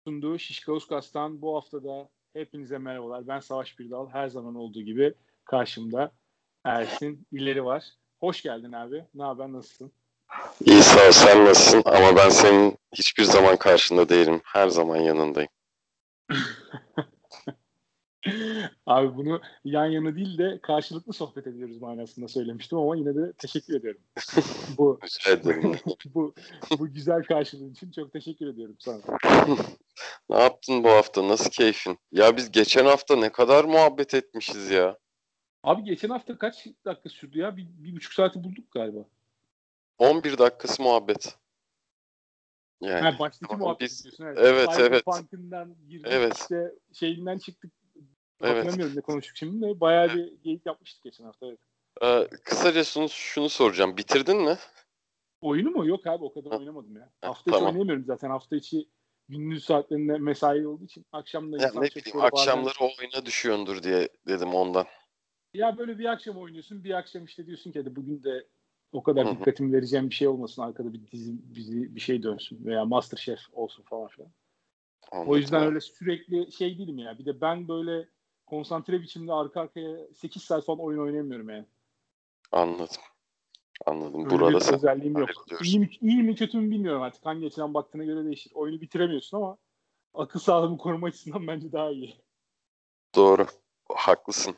sunduğu Şişkauskas bu hafta da hepinize merhabalar. Ben Savaş Birdal. Her zaman olduğu gibi karşımda Ersin İleri var. Hoş geldin abi. Ne haber? Nasılsın? İyi sağ ol, sen nasılsın? Ama ben senin hiçbir zaman karşında değilim. Her zaman yanındayım. Abi bunu yan yana değil de karşılıklı sohbet ediyoruz manasında söylemiştim ama yine de teşekkür ediyorum. bu Rica ederim. bu güzel karşılığın için çok teşekkür ediyorum sana. Ne yaptın bu hafta? Nasıl keyfin? Ya biz geçen hafta ne kadar muhabbet etmişiz ya. Abi geçen hafta kaç dakika sürdü ya? Bir buçuk saati bulduk galiba. 11 dakikası muhabbet. Yani. Ha, baştaki Tamam, muhabbet biz... diyorsun. Evet. Evet. Cyberpunk'ından girdik, Evet. işte şeyinden çıktık. Evet. Hatırlamıyorum ne konuştuk şimdi de. Bayağı bir geyik yapmıştık geçen hafta. Evet. Kısaca şunu soracağım. Bitirdin mi? Oyunu mu? Yok abi, o kadar oynamadım ya. Hafta içi Tamam. oynayamıyorum zaten. Hafta içi gündüz saatlerinde mesai olduğu için akşam da Ya insan ne çok bileyim, böyle akşamları o oyuna düşüyordur diye dedim ondan. Ya böyle bir akşam oynuyorsun, bir akşam işte diyorsun ki hadi bugün de o kadar Hı-hı. dikkatimi vereceğim bir şey olmasın. Arkada bir dizi bir şey dönsün veya MasterChef olsun falan filan. Anladım O yüzden abi. öyle sürekli şey değilim ya. Bir de ben böyle konsantre biçimde arka arkaya 8 saat falan oyun oynayamıyorum yani. Anladım. Öyle Burada bir sen özelliğim yok. diyorsun. İyi mi kötü mü bilmiyorum artık. Hangi açıdan baktığına göre değişir. Oyunu bitiremiyorsun ama akıl sağlığımı koruma açısından bence daha iyi. Doğru. Haklısın.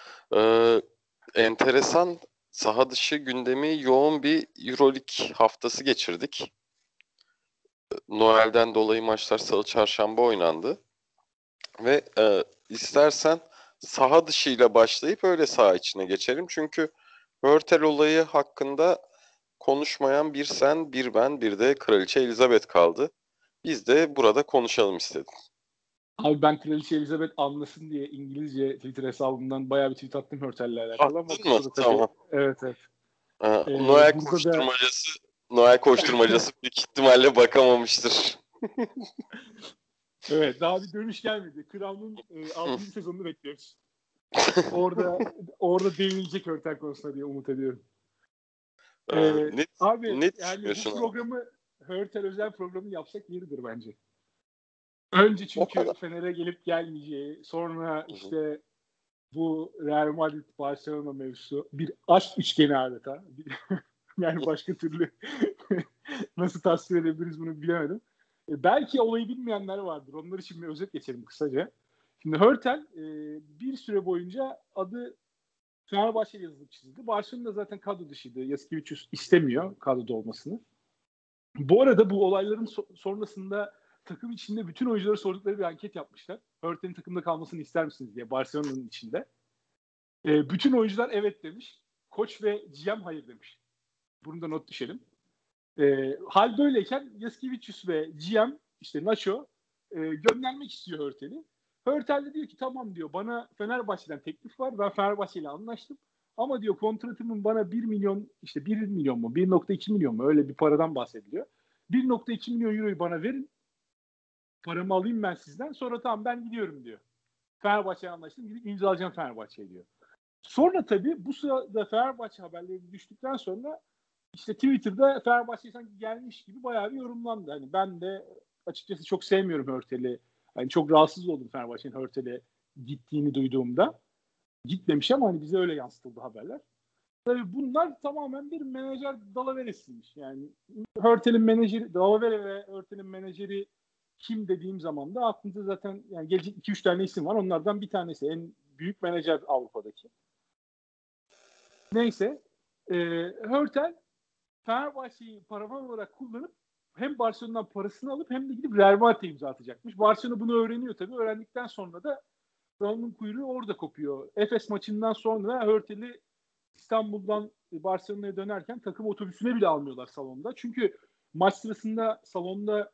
Enteresan saha dışı gündemi yoğun bir EuroLeague haftası geçirdik. Noel'den dolayı maçlar salı çarşamba oynandı. Ve istersen saha dışıyla başlayıp öyle saha içine geçelim. Çünkü Hurtel olayı hakkında konuşmayan bir sen, bir ben, bir de Kraliçe Elizabeth kaldı. Biz de burada konuşalım istedim. Abi ben Kraliçe Elizabeth anlasın diye İngilizce Twitter hesabımdan bayağı bir tweet attım Hurtel'le alakalı ama Attın mı? burada da tabii Tamam. evet. Noel Burada da koşturmacası büyük ihtimalle bakamamıştır. evet, daha bir dönüş gelmedi. Kral'ın 6. sezonunu bekliyoruz. Orada değinilecek Hurtel konusunda diye umut ediyorum. Abi Ne yani bu düşünüyorsun abi? programı Hurtel özel programı yapsak yeridir bence. Önce O çünkü kadar. Fener'e gelip gelmeyeceği, sonra işte bu Real Madrid Barcelona mevzusu bir aşk üçgeni adeta. Yani başka türlü nasıl tasvir edebiliriz bunu bilemedim. Belki olayı bilmeyenler vardır. Onlar için bir özet geçelim kısaca. Şimdi Hurtel bir süre boyunca adı Fenerbahçe'ye yazılıp çizildi. Barcelona zaten kadro dışıydı. Yasikevicius istemiyor kadroda olmasını. Bu arada bu olayların sonrasında takım içinde bütün oyunculara sordukları bir anket yapmışlar. Hurtel'in takımda kalmasını ister misiniz diye Barcelona'nın içinde. Bütün oyuncular evet demiş. Koç ve GM hayır demiş. Bunu da not düşelim. Hal böyleyken Yasikevicius ve GM işte Nacho göndermek istiyor Hurtel'i. Hurtel de diyor ki tamam diyor, bana Fenerbahçe'den teklif var. Ben Fenerbahçe ile anlaştım. Ama diyor kontratımın bana 1 milyon işte 1 milyon mu 1.2 milyon mu öyle bir paradan bahsediliyor. 1.2 milyon euroyu bana verin. Paramı alayım ben sizden. Sonra tamam ben gidiyorum diyor. Fenerbahçe'ye anlaştım. Gidip imzalayacağım Fenerbahçe'ye diyor. Sonra tabii bu sırada Fenerbahçe haberleri düştükten sonra işte Twitter'da Fenerbahçe sanki gelmiş gibi bayağı bir yorumlandı. Hani ben de açıkçası çok sevmiyorum Hurtel'i. Yani çok rahatsız oldum Fenerbahçe'nin Hurtel'e gittiğini duyduğumda. Gitmemiş ama hani bize öyle yansıtıldı haberler. Tabii bunlar tamamen bir menajer dalaveresiymiş. Yani Hurtel'in menajeri, Dalavere ve Hurtel'in menajeri kim dediğim zaman da aklınıza zaten yani gelecek 2-3 tane isim var. Onlardan bir tanesi. En büyük menajer Avrupa'daki. Neyse. Hurtel Fenerbahçe'yi paravan olarak kullanıp hem Barcelona'dan parasını alıp hem de gidip Real Madrid'e imza atacakmış. Barcelona bunu öğreniyor tabii. Öğrendikten sonra da Kral'ın kuyruğu orada kopuyor. Efes maçından sonra Hurtel'i İstanbul'dan Barcelona'ya dönerken takım otobüsüne bile almıyorlar salonda. Çünkü maç sırasında salonda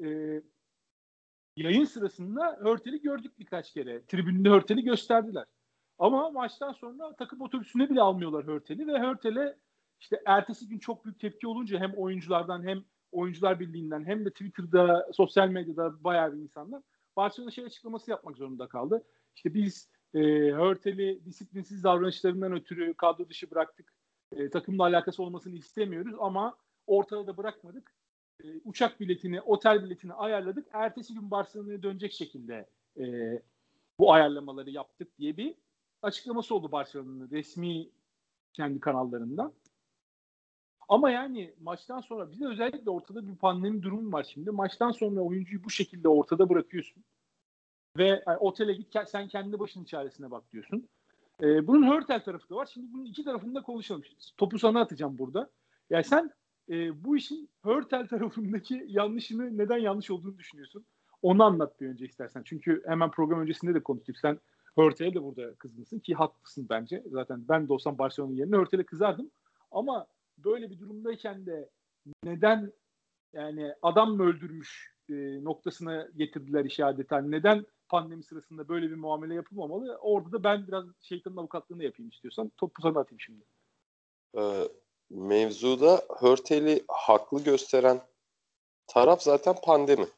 yayın sırasında Hurtel'i gördük birkaç kere. Tribünde Hurtel'i gösterdiler. Ama maçtan sonra takım otobüsüne bile almıyorlar Hurtel'i ve Hurtel'e işte ertesi gün çok büyük tepki olunca hem oyunculardan hem oyuncular birliğinden hem de Twitter'da, sosyal medyada bayağı bir insanlar Barcelona şey açıklaması yapmak zorunda kaldı. İşte biz Hurtel'i disiplinsiz davranışlarından ötürü kadro dışı bıraktık. Takımla alakası olmasını istemiyoruz ama ortada da bırakmadık. uçak biletini, otel biletini ayarladık. Ertesi gün Barcelona'ya dönecek şekilde bu ayarlamaları yaptık diye bir açıklaması oldu Barcelona'nın resmi kendi kanallarından. Ama yani maçtan sonra bir de özellikle ortada bir pandemi durumu var şimdi. Maçtan sonra oyuncuyu bu şekilde ortada bırakıyorsun. Ve yani otele git sen kendi başının çaresine bak diyorsun. Bunun Hurtel tarafı da var. Şimdi bunun iki tarafını da konuşalım. Topu sana atacağım burada. Yani sen bu işin Hurtel tarafındaki yanlışını neden yanlış olduğunu düşünüyorsun? Onu anlat bir önce istersen. Çünkü hemen program öncesinde de konuştuk. Sen Hurtel'e de burada kızmışsın ki haklısın bence. Zaten ben de olsam Barcelona'nın yerine Hurtel'e kızardım. Ama böyle bir durumdayken de neden yani adam mı öldürmüş noktasına getirdiler işi adeta. Neden pandemi sırasında böyle bir muamele yapılmamalı? Orada da ben biraz şeytanın avukatlığını yapayım istiyorsan. Topu sana atayım şimdi. Mevzuda Hurtel'i haklı gösteren taraf zaten pandemi.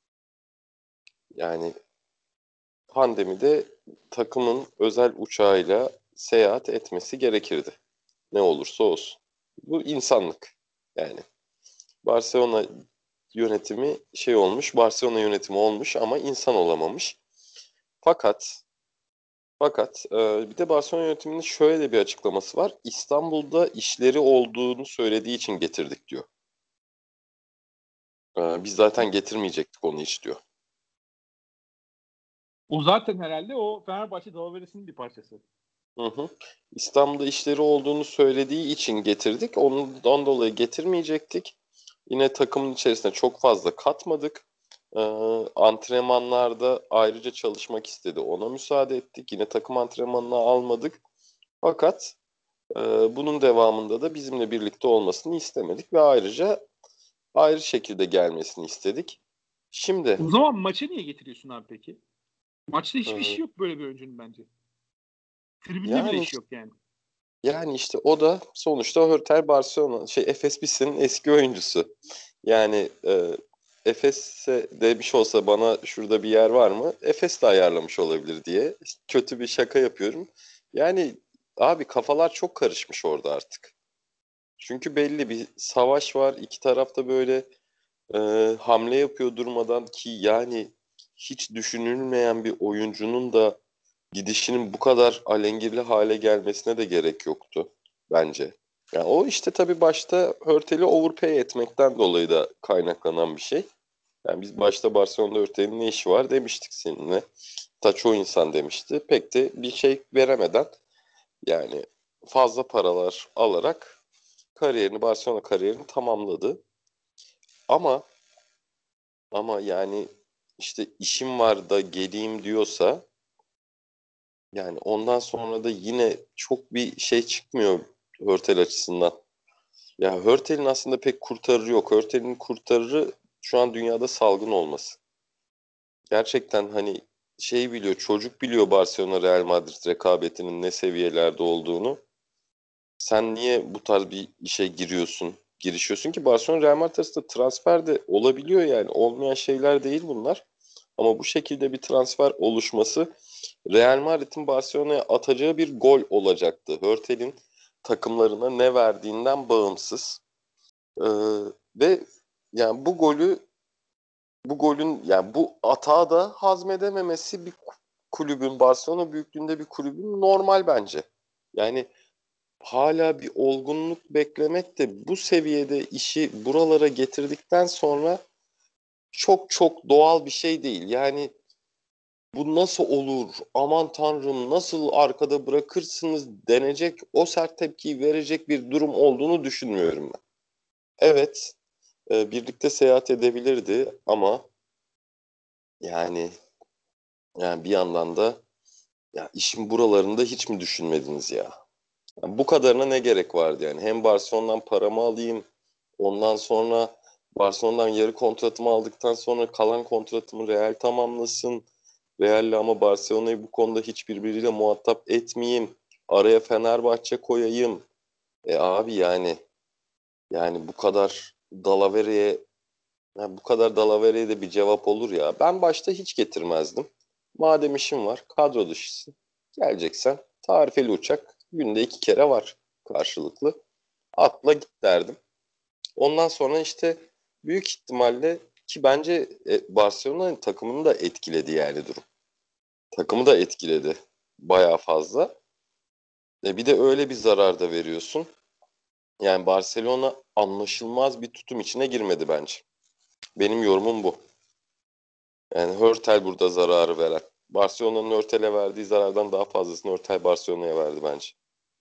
Yani pandemide takımın özel uçağıyla seyahat etmesi gerekirdi. Ne olursa olsun. Bu insanlık. Yani Barcelona yönetimi Barcelona yönetimi olmuş ama insan olamamış. Fakat bir de Barcelona yönetiminin şöyle bir açıklaması var. İstanbul'da işleri olduğunu söylediği için getirdik diyor. Biz zaten getirmeyecektik onu hiç diyor. O zaten herhalde o Fenerbahçe dalaveresinin bir parçası. Hı. İstanbul'da işleri olduğunu söylediği için getirdik. Ondan dolayı getirmeyecektik. Yine takımın içerisine çok fazla katmadık. Antrenmanlarda ayrıca çalışmak istedi. Ona müsaade ettik. Yine takım antrenmanına almadık. Fakat bunun devamında da bizimle birlikte olmasını istemedik ve ayrıca ayrı şekilde gelmesini istedik. Şimdi o zaman maça niye getiriyorsun abi peki? Maçta hiçbir e, şey yok böyle bir oyuncunun bence. Tribünde bile yani iş yok yani. yani işte o da sonuçta Hurtel Barcelona Efes Pilsen'in eski oyuncusu. Yani Efes'e demiş olsa bana şurada bir yer var mı? Efes de ayarlamış olabilir diye. Kötü bir şaka yapıyorum. Yani abi kafalar çok karışmış orada artık. Çünkü belli bir savaş var. İki tarafta böyle e, hamle yapıyor durmadan ki yani hiç düşünülmeyen bir oyuncunun da gidişinin bu kadar alengirli hale gelmesine de gerek yoktu bence. Yani o işte tabii başta Hurtel'i overpay etmekten dolayı da kaynaklanan bir şey. Yani biz başta Barcelona'da Hurtel'in ne işi var demiştik seninle. Taço insan demişti. Pek de bir şey veremeden yani fazla paralar alarak Barcelona kariyerini tamamladı. Ama yani işte işim var da geleyim diyorsa yani ondan sonra da yine çok bir şey çıkmıyor Hurtel açısından. Ya Hurtel'in aslında pek kurtarırı yok. Hurtel'in kurtarırı şu an dünyada salgın olması. Gerçekten hani biliyor, çocuk biliyor Barcelona Real Madrid rekabetinin ne seviyelerde olduğunu. Sen niye bu tarz bir işe girişiyorsun ki Barcelona Real Madrid arasında transfer de olabiliyor yani. Olmayan şeyler değil bunlar. Ama bu şekilde bir transfer oluşması Real Madrid'in Barcelona'ya atacağı bir gol olacaktı. Hurtel'in takımlarına ne verdiğinden bağımsız. Ee, ve yani bu golün yani bu atağı da hazmedememesi bir kulübün Barcelona büyüklüğünde bir kulübün normal bence. Yani hala bir olgunluk beklemek de bu seviyede işi buralara getirdikten sonra çok çok doğal bir şey değil. Yani bu nasıl olur? Aman Tanrım nasıl arkada bırakırsınız denecek o sert tepkiyi verecek bir durum olduğunu düşünmüyorum ben. Evet, birlikte seyahat edebilirdi ama yani bir yandan da ya işin buralarında hiç mi düşünmediniz ya? Yani bu kadarına ne gerek vardı yani? Hem Barcelona'dan paramı alayım, ondan sonra Barcelona'dan yarı kontratımı aldıktan sonra kalan kontratımı Real tamamlasın. Real'le ama Barcelona'yı bu konuda hiçbirbiriyle muhatap etmeyeyim. Araya Fenerbahçe koyayım. Abi yani bu kadar dalavereye de bir cevap olur ya. Ben başta hiç getirmezdim. Madem işim var, kadro dışısın. Geleceksen tarifeli uçak günde 2 kere var karşılıklı. Atla git derdim. Ondan sonra işte büyük ihtimalle ki bence Barcelona'nın takımını da etkiledi yani durum. Takımı da etkiledi bayağı fazla. Bir de öyle bir zarar da veriyorsun. Yani Barcelona anlaşılmaz bir tutum içine girmedi bence. Benim yorumum bu. Yani Hurtel burada zararı veren. Barcelona'nın Hurtel'e verdiği zarardan daha fazlasını Hurtel Barcelona'ya verdi bence.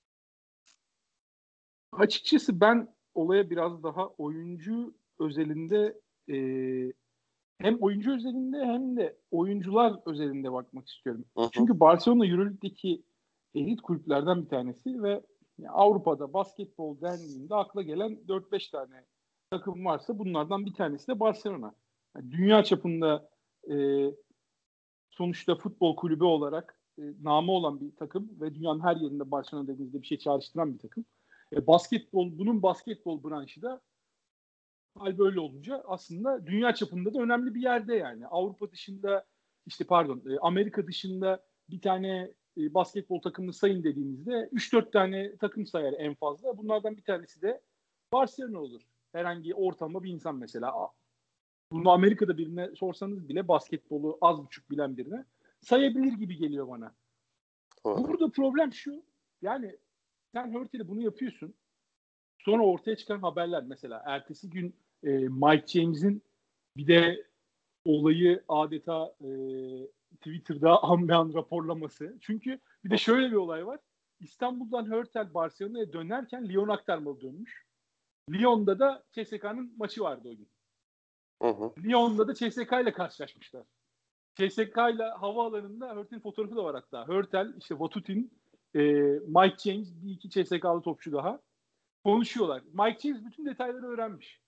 Açıkçası ben olaya biraz daha oyuncu özelinde hem oyuncu özelinde hem de oyuncular özelinde bakmak istiyorum. Hı hı. Çünkü Barcelona Euroleague'deki elit kulüplerden bir tanesi ve Avrupa'da basketbol dendiğinde akla gelen 4-5 tane takım varsa bunlardan bir tanesi de Barcelona. Yani dünya çapında sonuçta futbol kulübü olarak namı olan bir takım ve dünyanın her yerinde Barcelona dediğinizde bir şey çağrıştıran bir takım. Bunun basketbol branşı da hal böyle olunca aslında dünya çapında da önemli bir yerde yani. Avrupa dışında Amerika dışında bir tane basketbol takımını sayın dediğimizde 3-4 tane takım sayar en fazla. Bunlardan bir tanesi de Barcelona olur. Herhangi ortamda bir insan mesela. Bunu Amerika'da birine sorsanız bile basketbolu az buçuk bilen birine sayabilir gibi geliyor bana. Doğru. Burada problem şu. Yani sen Hurtel'e bunu yapıyorsun. Sonra ortaya çıkan haberler mesela ertesi gün Mike James'in bir de olayı adeta Twitter'da an be an raporlaması. Çünkü bir de şöyle bir olay var. İstanbul'dan Hurtel Barcelona'ya dönerken Lyon aktarmalı dönmüş. Lyon'da da CSK'nın maçı vardı o gün. Hı hı. Lyon'da da CSK ile karşılaşmışlar. CSK ile havaalanında Hurtel'in fotoğrafı da var hatta. Hurtel, işte Vatutin, Mike James, bir iki CSK'lı topçu daha konuşuyorlar. Mike James bütün detayları öğrenmiş.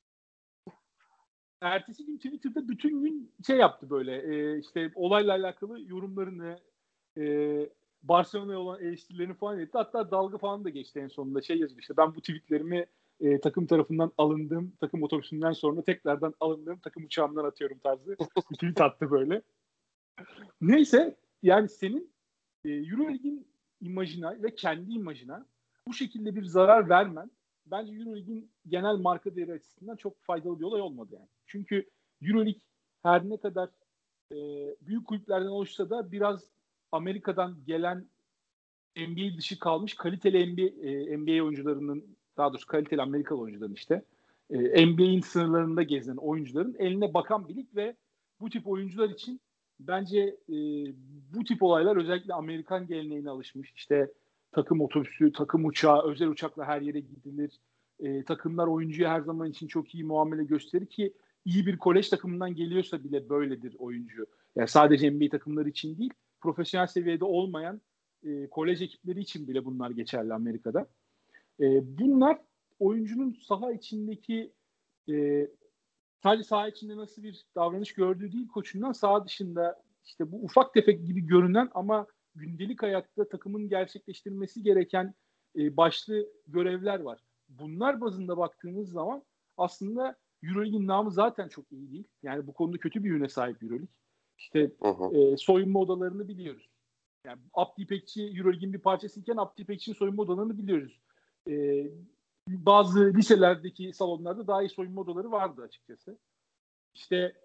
Ertesi gün Twitter'da bütün gün şey yaptı böyle işte olayla alakalı yorumlarını Barcelona'ya olan eleştirilerini falan etti. Hatta dalga falan da geçti en sonunda. Şey yazıyor işte ben bu tweetlerimi takım tarafından alındığım takım otobüsünden sonra tekrardan alındığım takım uçağımdan atıyorum tarzı bir tweet attı böyle. Neyse yani senin Euroleague'in imajına ve kendi imajına bu şekilde bir zarar vermen bence Euroleague'in genel marka değeri açısından çok faydalı bir olay olmadı yani. Çünkü Euroleague her ne kadar büyük kulüplerden oluşsa da biraz Amerika'dan gelen NBA dışı kalmış kaliteli NBA oyuncularının daha doğrusu kaliteli Amerikalı oyuncuların işte NBA'in sınırlarında gezen oyuncuların eline bakan bir lig ve bu tip oyuncular için bence bu tip olaylar özellikle Amerikan geleneğine alışmış. İşte takım otobüsü, takım uçağı, özel uçakla her yere gidilir. Takımlar oyuncuya her zaman için çok iyi muamele gösterir ki iyi bir kolej takımından geliyorsa bile böyledir oyuncu. Yani sadece NBA takımları için değil, profesyonel seviyede olmayan kolej ekipleri için bile bunlar geçerli Amerika'da. Bunlar oyuncunun saha içindeki sadece saha içinde nasıl bir davranış gördüğü değil koçundan saha dışında işte bu ufak tefek gibi görünen ama gündelik hayatta takımın gerçekleştirmesi gereken başlı görevler var. Bunlar bazında baktığınız zaman aslında Euroleague'in namı zaten çok iyi değil. Yani bu konuda kötü bir yöne sahip Euroleague. İşte soyunma odalarını biliyoruz. Yani Abdi İpekçi Euroleague'in bir parçasıyken Abdi İpekçi'nin soyunma odalarını biliyoruz. Bazı liselerdeki salonlarda daha iyi soyunma odaları vardı açıkçası. İşte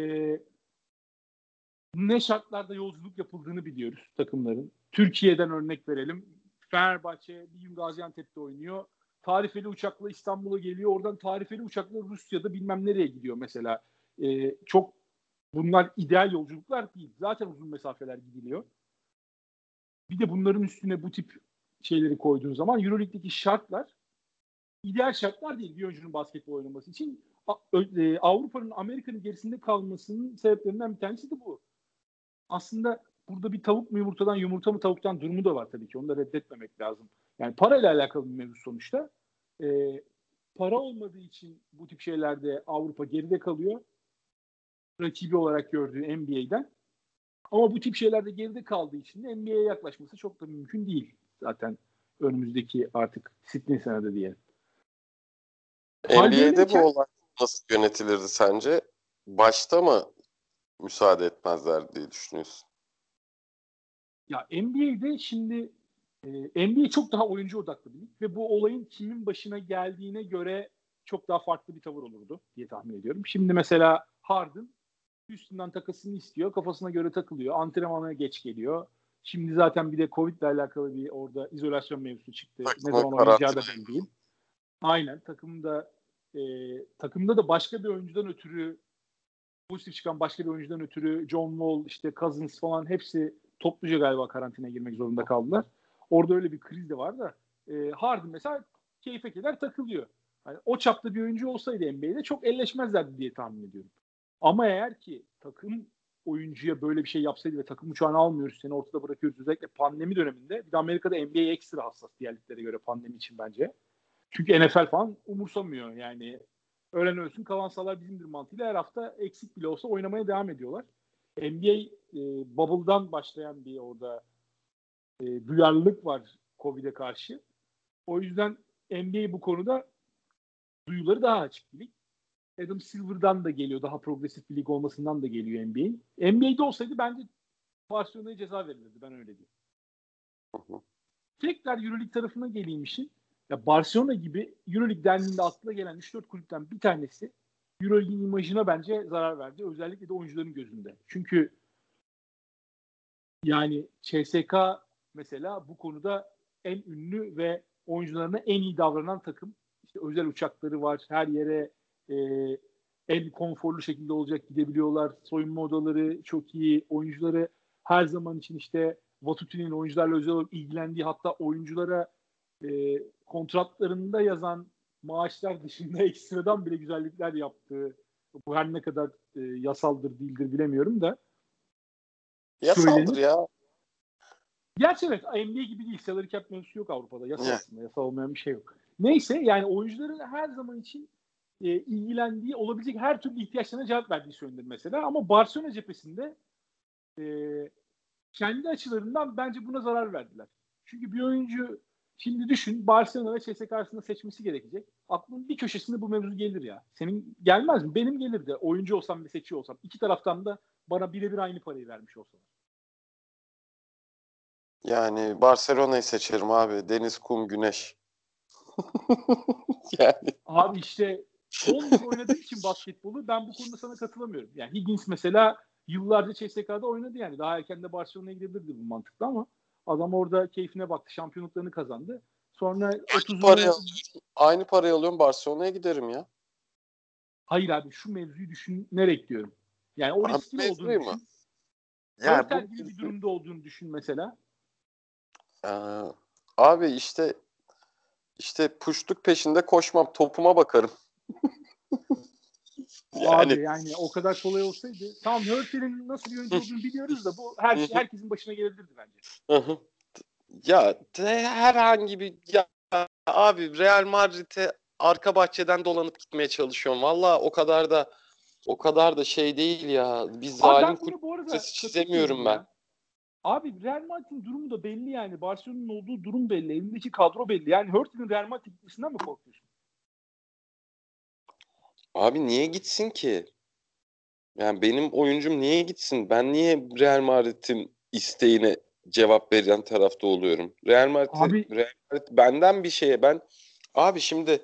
ne şartlarda yolculuk yapıldığını biliyoruz takımların. Türkiye'den örnek verelim. Fenerbahçe bir gün Gaziantep'te oynuyor. Tarifeli uçakla İstanbul'a geliyor. Oradan tarifeli uçakla Rusya'da bilmem nereye gidiyor mesela. Çok bunlar ideal yolculuklar değil. Zaten uzun mesafeler gidiliyor. Bir de bunların üstüne bu tip şeyleri koyduğun zaman Euroleague'deki şartlar ideal şartlar değil bir oyuncunun basketbol oynaması için. Avrupa'nın Amerika'nın gerisinde kalmasının sebeplerinden bir tanesi de bu. Aslında burada bir tavuk mu yumurtadan, yumurta mı tavuktan durumu da var tabii ki. Onu da reddetmemek lazım. Yani parayla alakalı bir mevzu sonuçta. Para olmadığı için bu tip şeylerde Avrupa geride kalıyor. Rakibi olarak gördüğü NBA'den. Ama bu tip şeylerde geride kaldığı için de NBA'ye yaklaşması çok da mümkün değil. Zaten önümüzdeki artık Sydney senede diyelim. NBA'de bu olay nasıl yönetilirdi sence? Başta mı müsaade etmezler diye düşünüyorsun? Ya NBA'de şimdi NBA çok daha oyuncu odaklı bir lig ve bu olayın kimin başına geldiğine göre çok daha farklı bir tavır olurdu diye tahmin ediyorum. Şimdi mesela Harden üstünden takasını istiyor. Kafasına göre takılıyor. Antrenmana geç geliyor. Şimdi zaten bir de Covid ile alakalı bir orada izolasyon mevzusu çıktı. Ne Takımın zaman oynayacağı da karantina. belli değil. Aynen. Takımda da başka bir oyuncudan ötürü pozitif çıkan başka bir oyuncudan ötürü John Wall, işte Cousins falan hepsi topluca galiba karantinaya girmek zorunda kaldılar. Orada öyle bir kriz de var da Harden mesela keyfe keder takılıyor. Yani o çapta bir oyuncu olsaydı NBA'de çok elleşmezlerdi diye tahmin ediyorum. Ama eğer ki takım oyuncuya böyle bir şey yapsaydı ve takım uçağını almıyoruz, seni ortada bırakıyoruz, özellikle pandemi döneminde, bir de Amerika'da NBA ekstra hassas diğer liglere göre pandemi için bence. Çünkü NFL falan umursamıyor yani. Ölen ölsün, kalan sahalar bizimdir mantığıyla her hafta eksik bile olsa oynamaya devam ediyorlar. NBA bubble'dan başlayan bir orada duyarlılık var Covid'e karşı. O yüzden NBA bu konuda duyuları daha açık bir lig. Adam Silver'dan da geliyor. Daha progresif bir lig olmasından da geliyor NBA. NBA'de olsaydı bence Barcelona'ya ceza verilirdi. Ben öyle diyeyim. Tekrar EuroLeague tarafına geleyim işin. Ya Barcelona gibi EuroLeague dendiğinde akla gelen 3-4 kulüpten bir tanesi EuroLeague'in imajına bence zarar verdi. Özellikle de oyuncuların gözünde. Çünkü yani CSKA mesela bu konuda en ünlü ve oyuncularına en iyi davranan takım. İşte özel uçakları var. Her yere e, en konforlu şekilde olacak gidebiliyorlar. Soyunma odaları çok iyi. Oyuncuları her zaman için işte Vatuti'nin oyuncularla özel olarak ilgilendiği, hatta oyunculara kontratlarında yazan maaşlar dışında ekstradan bile güzellikler yaptığı, bu her ne kadar yasaldır değildir bilemiyorum da Yasaldır söylenir. ya. Gerçi evet, NBA gibi değil. Salary cap mevzusu yok Avrupa'da. Yasal Yeah. aslında. Yasal olmayan bir şey yok. Neyse yani oyuncuların her zaman için ilgilendiği, olabilecek her türlü ihtiyaçlarına cevap verdiği söylenir mesela. Ama Barcelona cephesinde e, kendi açılarından bence buna zarar verdiler. Çünkü bir oyuncu şimdi düşün, Barcelona ve CSKA arasında seçmesi gerekecek. Aklının bir köşesinde bu mevzu gelir ya. Senin gelmez mi? Benim gelirdi. Oyuncu olsam ve seçiyor olsam. İki taraftan da bana birebir aynı parayı vermiş olsalar. Yani Barcelona'yı seçerim abi. Deniz, kum, güneş. Yani. Abi işte 10 yıl oynadığın için basketbolu ben bu konuda sana katılamıyorum. Yani Higgins mesela yıllarca CSK'da oynadı yani. Daha erken de Barcelona'ya gidebilirdi bu mantıkla ama adam orada keyfine baktı. Şampiyonluklarını kazandı. Sonra Parayı 30'unu alıyorum. Aynı parayı alıyorum. Barcelona'ya giderim ya. hayır abi şu mevzuyu düşünerek diyorum. Yani o Abi riskin olduğunu mevzu mu? düşün. Yani Hörtel bu gibi bir durumda olduğunu düşün mesela. Ee, abi işte puştuk peşinde koşmam. Topuma bakarım. Yani Abi yani o kadar kolay olsaydı. Tamam, Hörtel'in nasıl bir oyuncu olduğunu biliyoruz da bu herkesin başına gelebilirdi bence. ya herhangi bir ya abi Real Madrid'e arka bahçeden dolanıp gitmeye çalışıyorum. Valla o kadar da şey değil ya. Bir Abi zalim ben kulüp buna bu arada portresi katılmıyorum çizemiyorum ben. ya. Abi Real Madrid'in durumu da belli yani. Barcelona'nın olduğu durum belli. Elindeki kadro belli. Yani Hurt'un Real Madrid gitmesinden mi korkuyorsun? Abi niye gitsin ki? Yani benim oyuncum niye gitsin? Ben niye Real Madrid'in isteğine cevap veren tarafta oluyorum? Abi Real Madrid benden bir şeye abi şimdi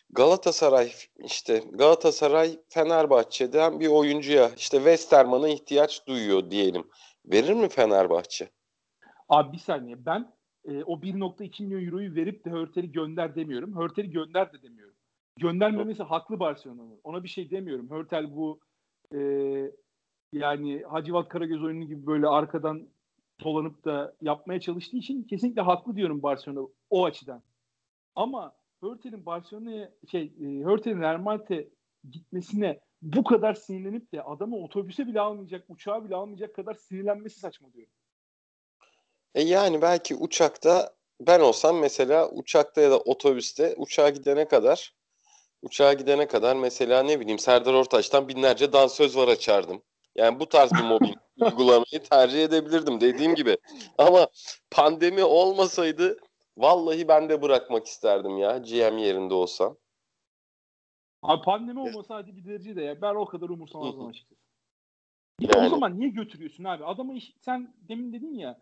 Galatasaray Fenerbahçe'den bir oyuncuya işte Westerman'a ihtiyaç duyuyor diyelim. Verir mi Fenerbahçe? abi bir saniye. Ben o 1,2 milyon euroyu verip de Hurt'u gönder demiyorum. Hurt'u gönder de demiyorum. Göndermemesi haklı Barcelona'nın. Ona bir şey demiyorum. Hurtel bu e, yani Hacivat Karagöz oyunu gibi böyle arkadan dolanıp da yapmaya çalıştığı için kesinlikle haklı diyorum Barcelona o açıdan. Ama Hurtel'in Real Madrid'e gitmesine bu kadar sinirlenip de adamı otobüse bile almayacak, uçağa bile almayacak kadar sinirlenmesi saçma diyorum. Yani belki uçakta ben olsam mesela uçakta ya da otobüste uçağa gidene kadar mesela ne bileyim Serdar Ortaç'tan binlerce dansöz var açardım. Yani bu tarz bir mobil uygulamayı tercih edebilirdim dediğim gibi. Ama pandemi olmasaydı vallahi ben de bırakmak isterdim ya GM yerinde olsam. Abi pandemi olmasa hadi giderici de ya. Ben o kadar umursamazdım açıkçası. Bir de o Yani zaman niye götürüyorsun abi? Sen demin dedin ya,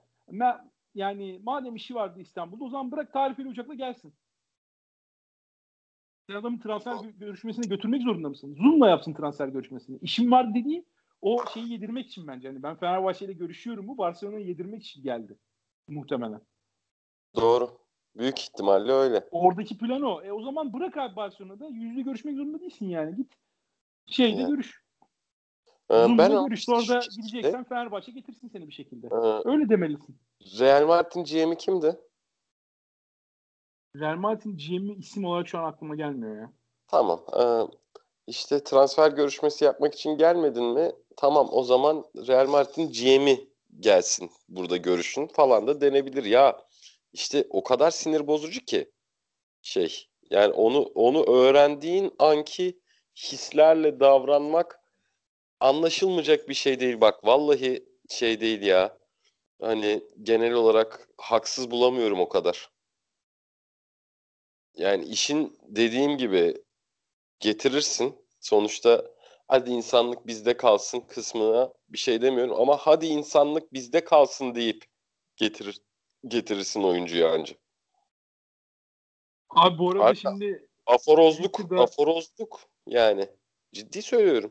yani madem işi vardı İstanbul'da o zaman bırak tarifeli uçakla gelsin. Sen adamın transfer görüşmesine götürmek zorunda mısın? Zoom'la yapsın transfer görüşmesini. İşim var dediği o şeyi yedirmek için bence. Yani ben Fenerbahçe ile görüşüyorum mu Barcelona'yı yedirmek için geldi. Muhtemelen. Doğru. Büyük ihtimalle öyle. Oradaki plan o. O zaman bırak abi Barcelona'da. Yüzde görüşmek zorunda değilsin yani. Git şeyde Yani. görüş. Ben Zoom'da ama görüş. işte Sonra da şu şekilde, gideceksen Fenerbahçe getirsin seni bir şekilde. e, Öyle demelisin. Real Madrid'in GM'i kimdi? Real Madrid'in GM'i isim olarak şu an aklıma gelmiyor ya. Tamam. İşte transfer görüşmesi yapmak için gelmedin mi? Tamam, o zaman Real Madrid'in GM'i gelsin burada görüşün falan da denebilir. Ya işte o kadar sinir bozucu ki yani onu öğrendiğin anki hislerle davranmak anlaşılmayacak bir şey değil. Bak vallahi şey değil ya. Hani genel olarak haksız bulamıyorum o kadar. Yani işin dediğim gibi getirirsin. Sonuçta hadi insanlık bizde kalsın kısmına bir şey demiyorum ama hadi insanlık bizde kalsın deyip getirir getirirsin oyuncuyu anca. Abi bu arada Arka şimdi aforozluk, Twitter'da aforozluk yani. Ciddi söylüyorum.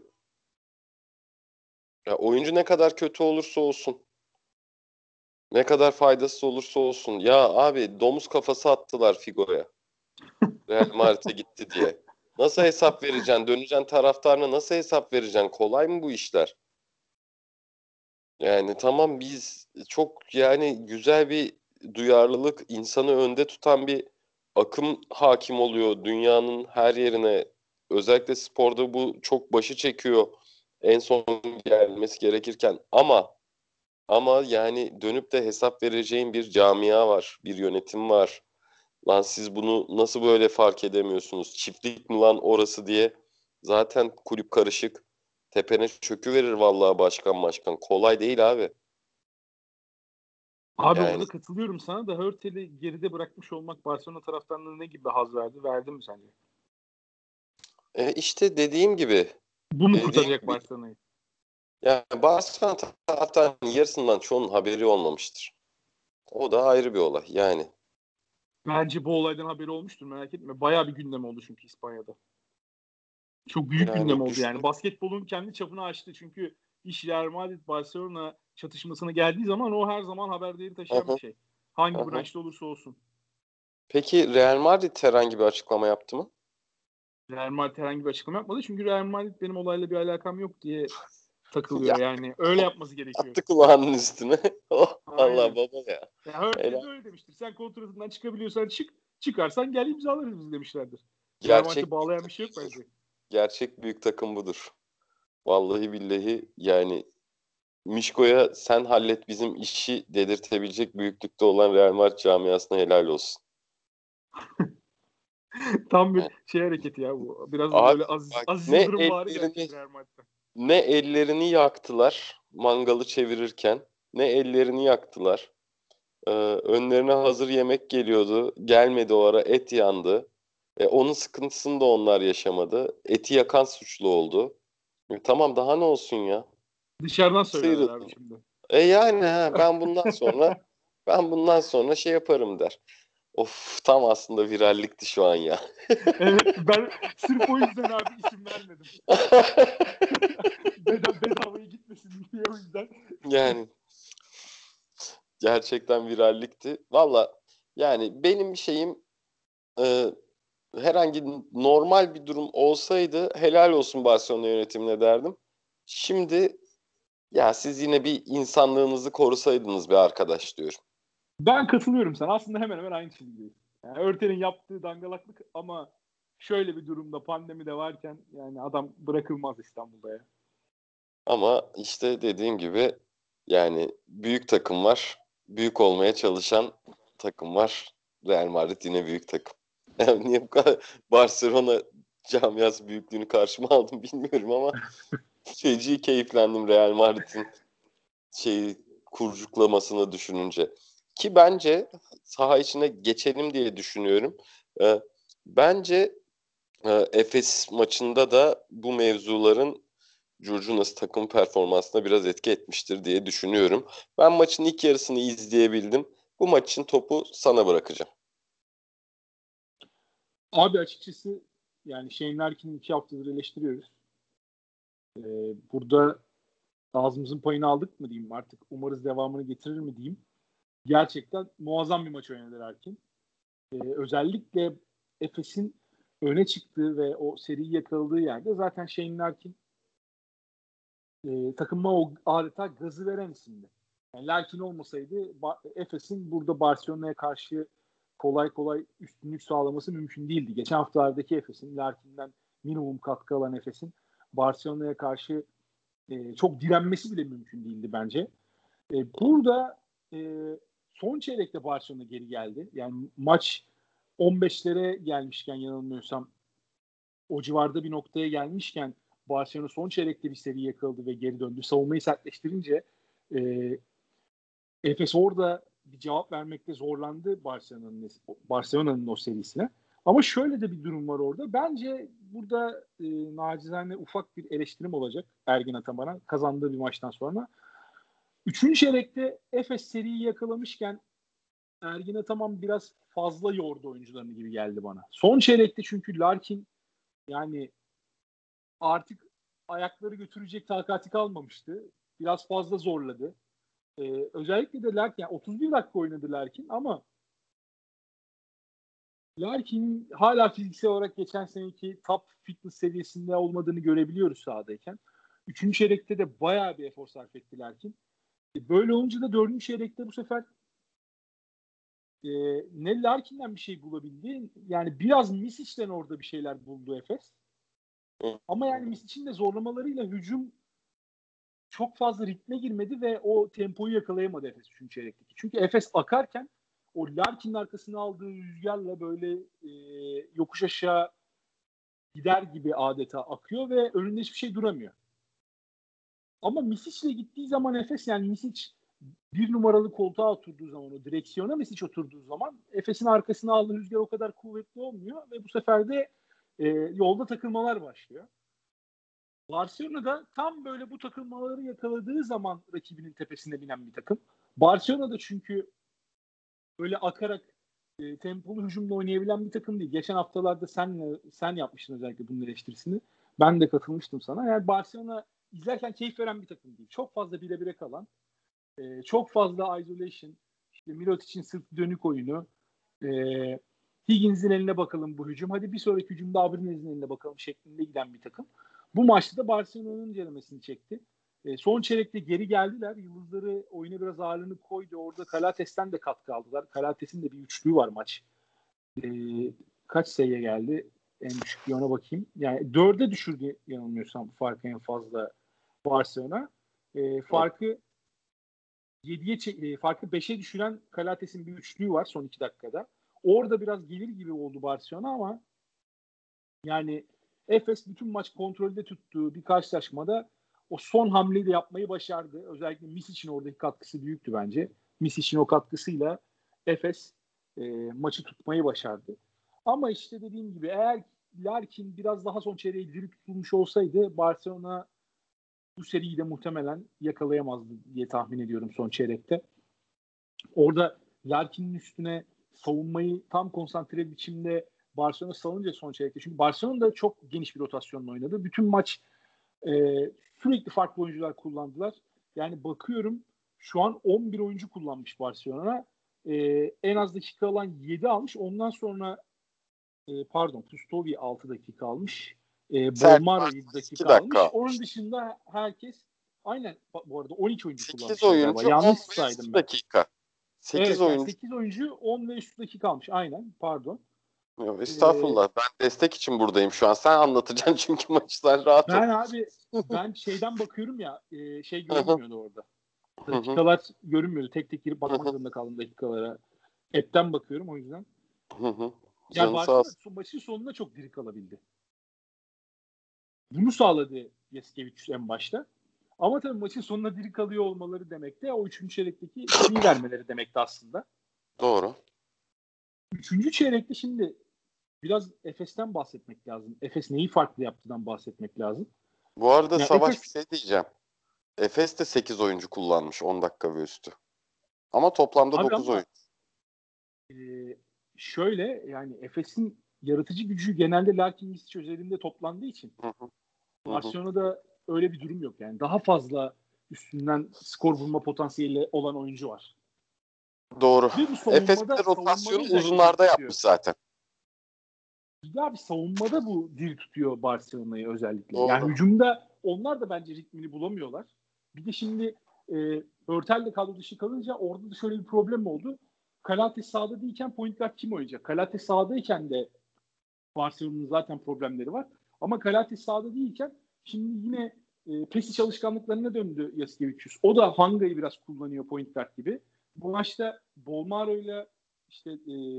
Ya oyuncu ne kadar kötü olursa olsun, ne kadar faydasız olursa olsun. Ya abi domuz kafası attılar Figo'ya. Real Madrid'e gitti diye. Nasıl hesap vereceksin? Döneceksin taraftarına nasıl hesap vereceksin? Kolay mı bu işler? Yani tamam biz çok yani güzel bir duyarlılık, insanı önde tutan bir akım hakim oluyor dünyanın her yerine. Özellikle sporda bu çok başı çekiyor en son gelmesi gerekirken. Ama yani dönüp de hesap vereceğin bir camia var, bir yönetim var. Lan siz bunu nasıl böyle fark edemiyorsunuz? Çiftlik mi lan orası diye. Zaten kulüp karışık. Tepene çöküverir vallahi başkan. Kolay değil abi. abi Yani orada katılıyorum sana da Hurtel'i geride bırakmış olmak Barcelona taraftarlarına ne gibi haz verdi? Verdi mi sence? işte dediğim gibi Bu mu dediğim kurtaracak gibi Barcelona'yı? yani Barcelona taraftarının yarısından çoğunun haberi olmamıştır. O da ayrı bir olay yani. Bence bu olaydan haberi olmuştur merak etme. Bayağı bir gündem oldu çünkü İspanya'da. Çok büyük gündem Yani oldu düşün. yani. Basketbolun kendi çapını aştı çünkü iş Real Madrid Barcelona çatışmasına geldiği zaman o her zaman haber değeri Hı taşıyan bir hı, şey. hı Hangi hı. branşta olursa olsun. Peki Real Madrid herhangi bir açıklama yaptı mı? Real Madrid herhangi bir açıklama yapmadı çünkü Real Madrid benim olayla bir alakam yok diye Ya takılıyor yani. Öyle yapması gerekiyor. attı kulağının üstüne. Oh Allah Aynen. baba ya. Ya Hurtel Helal. de öyle demiştir. Sen kontratından çıkabiliyorsan çık. Çıkarsan gel imzalarız biz demişlerdir. Real Madrid'i Gerçek büyük bağlayan bir takım şey yok budur. bence. Gerçek büyük takım budur. Vallahi billahi yani Mişko'ya sen hallet bizim işi dedirtebilecek büyüklükte olan Real Madrid camiasına helal olsun. Tam bir Yani, şey hareketi ya bu. Biraz da abi böyle Aziz, bak Aziz Yıldırım bari bir ellerini hareket Real Madrid'den. ne ellerini yaktılar mangalı çevirirken ne ellerini yaktılar. Önlerine hazır yemek geliyordu. Gelmedi o ara et yandı. Onun sıkıntısını da onlar yaşamadı. Eti yakan suçlu oldu. Tamam daha ne olsun ya? Dışarıdan söylerler abi Sıyrıldım. şimdi. Yani ben bundan sonra şey yaparım der. Of tam aslında virallikti şu an ya. Evet ben sırf o yüzden abi isim vermedim. Bedavaya gitmesin diye o yüzden. Yani gerçekten virallikti. Valla yani benim şeyim e, herhangi normal bir durum olsaydı helal olsun Barcelona yönetimine derdim. Şimdi ya siz yine bir insanlığınızı korusaydınız be arkadaş diyorum. Ben katılıyorum sana. Aslında hemen hemen aynı çizgideyiz. Yani Örtel'in yaptığı dangalaklık ama şöyle bir durumda pandemi de varken yani adam bırakılmaz İstanbul'da ya. Ama işte dediğim gibi yani büyük takım var. Büyük olmaya çalışan takım var. Real Madrid yine büyük takım. Yani niye bu kadar Barcelona camiası büyüklüğünü karşıma aldım bilmiyorum ama feci keyiflendim Real Madrid'in şeyi kurcuklamasını düşününce. Ki bence saha içine geçelim diye düşünüyorum. Ee, bence Efes maçında da bu mevzuların Curcunası takım performansına biraz etki etmiştir diye düşünüyorum. Ben maçın ilk yarısını izleyebildim. Bu maçın topu sana bırakacağım. Abi açıkçası yani Shane Larkin'i 2 haftadır eleştiriyoruz. Burada ağzımızın payını aldık mı diyeyim artık, umarız devamını getirir mi diyeyim. Gerçekten muazzam bir maç oynadı Larkin. Özellikle Efes'in öne çıktığı ve o seriyi yakaladığı yerde zaten Shane Larkin takıma o adeta gazı veren isimdi. Yani Larkin olmasaydı Efes'in burada Barcelona'ya karşı kolay kolay üstünlük sağlaması mümkün değildi. Geçen haftalardaki Efes'in, Larkin'den minimum katkı alan Efes'in Barcelona'ya karşı çok direnmesi bile mümkün değildi bence. Burada son çeyrekte Barcelona geri geldi. Yani maç 15'lere gelmişken, yanılmıyorsam o civarda bir noktaya gelmişken Barcelona son çeyrekte bir seri yakaladı ve geri döndü. Savunmayı sertleştirince Efes orada bir cevap vermekte zorlandı Barcelona'nın o serisine. Ama şöyle de bir durum var orada. Bence burada nacizane ufak bir eleştirim olacak Ergin Ataman'a kazandığı bir maçtan sonra. 3. çeyrekte Efes seriyi yakalamışken Ergin Ataman biraz fazla yordu oyuncularını gibi geldi bana. Son çeyrekte çünkü Larkin yani artık ayakları götürecek takati kalmamıştı. Biraz fazla zorladı. Özellikle de Larkin, yani 31 dakika oynadı Larkin ama Larkin'in hala fiziksel olarak geçen seneki top fitness seviyesinde olmadığını görebiliyoruz sahadayken. 3. çeyrekte de bayağı bir efor sarf etti Larkin. Böyle olunca da 4. çeyrekte bu sefer ne Larkin'den bir şey bulabildi. Yani biraz Misic'den orada bir şeyler buldu Efes. Ama yani Misic'in de zorlamalarıyla hücum çok fazla ritme girmedi ve o tempoyu yakalayamadı Efes 3. çeyrekteki. Çünkü Efes akarken o Larkin'in arkasına aldığı rüzgarla böyle yokuş aşağı gider gibi adeta akıyor ve önünde hiçbir şey duramıyor. Ama Misic'le gittiği zaman Efes, yani Misic bir numaralı koltuğa oturduğu zaman, o direksiyona Misic oturduğu zaman Efes'in arkasına aldığı rüzgar o kadar kuvvetli olmuyor ve bu sefer de yolda takılmalar başlıyor. Barcelona'da tam böyle bu takılmaları yakaladığı zaman rakibinin tepesine binen bir takım. Barcelona'da çünkü öyle akarak tempolu hücumla oynayabilen bir takım değil. Geçen haftalarda sen yapmıştın özellikle bunun eleştirisini. Ben de katılmıştım sana. Yani Barcelona izlerken keyif veren bir takım değil. Çok fazla bire bire kalan, çok fazla isolation, işte Mirotic'in sırt dönük oyunu, Higgins'in eline bakalım bu hücum, hadi bir sonraki hücumda Abrinez'in eline bakalım şeklinde giden bir takım. Bu maçta da Barcelona'nın ceremesini çekti. Son çeyrekte geri geldiler. Yıldızları oyuna biraz ağırlığını koydu. Orada Kalates'ten de katkı aldılar. Kalates'in de bir üçlüğü var maç. Kaç sayıya geldi? En düşük bir ona bakayım. Yani 4'e düşürdü yanılmıyorsam farkı en fazla Barcelona. Farkı 5'e düşüren Kalates'in bir üçlüğü var son 2 dakikada. Orada biraz gelir gibi oldu Barcelona ama yani Efes bütün maç kontrolde tuttuğu bir karşılaşmada o son hamleyi de yapmayı başardı. Özellikle Misic'in oradaki katkısı büyüktü bence. Misic'in o katkısıyla Efes maçı tutmayı başardı. Ama işte dediğim gibi eğer Larkin biraz daha son çeyreği diri tutulmuş olsaydı Barcelona bu seriyi de muhtemelen yakalayamazdı diye tahmin ediyorum son çeyrekte. Orada Larkin'in üstüne savunmayı tam konsantre biçimde Barcelona savununca son çeyrekte. Çünkü Barcelona da çok geniş bir rotasyonla oynadı. Bütün maç sürekli farklı oyuncular kullandılar. Yani bakıyorum şu an 11 oyuncu kullanmış Barcelona. En az dakika alan 7 almış. Ondan sonra Pustovi 6 dakika almış. Bolmaro 7 dakika almış. Onun dışında herkes aynen, bu arada 12 oyuncu kullanmış. 8 oyuncu yanlış 10 saydım ben. dakika. 8 evet, oyuncu. Yani 8 oyuncu 10 ve üstü dakika almış. Aynen, pardon. Yok, estağfurullah. Ben destek için buradayım şu an. Sen anlatacaksın çünkü maçlar rahat ol. Ben şeyden bakıyorum ya, şey görünmüyordu orada. Dakikalar görünmüyordu. Tek tek girip bakmak zorunda kaldım dakikalara. App'ten bakıyorum o yüzden. Yani Barcelona maçın sonunda çok diri kalabildi. Bunu sağladı Yasikevicius en başta. Ama tabii maçın sonuna diri kalıyor olmaları demek de o 3. çeyrekteki seriyi vermeleri demekti aslında. Doğru. 3. çeyrekte şimdi biraz Efes'ten bahsetmek lazım. Efes neyi farklı yaptığından bahsetmek lazım. Bu arada yani Savaş bir şey diyeceğim. Efes de 8 oyuncu kullanmış 10 dakika ve üstü. Ama toplamda 9 oyuncu. Şöyle yani Efes'in yaratıcı gücü genelde Larkin Misic özelinde toplandığı için Barcelona'da öyle bir durum yok yani. Daha fazla üstünden skor vurma potansiyeli olan oyuncu var. Doğru. Ve bu Efes'te rotasyonu uzunlarda yapmış zaten. Bir daha bir savunmada bu diri tutuyor Barcelona'yı özellikle. Doğru. Yani hücumda onlar da bence ritmini bulamıyorlar. Bir de şimdi Hurtel de kadro dışı kalınca orada da şöyle bir problem oldu. Kalates sahada değilken point guard kim oynayacak? Kalates sahadayken de Barcelona'nın zaten problemleri var. Ama Kalates sahada değilken şimdi yine Pesic alışkanlıklarına döndü Jasikevicius. O da Hanga'yı biraz kullanıyor point guard gibi. Bu maçta Bolmaro'yla işte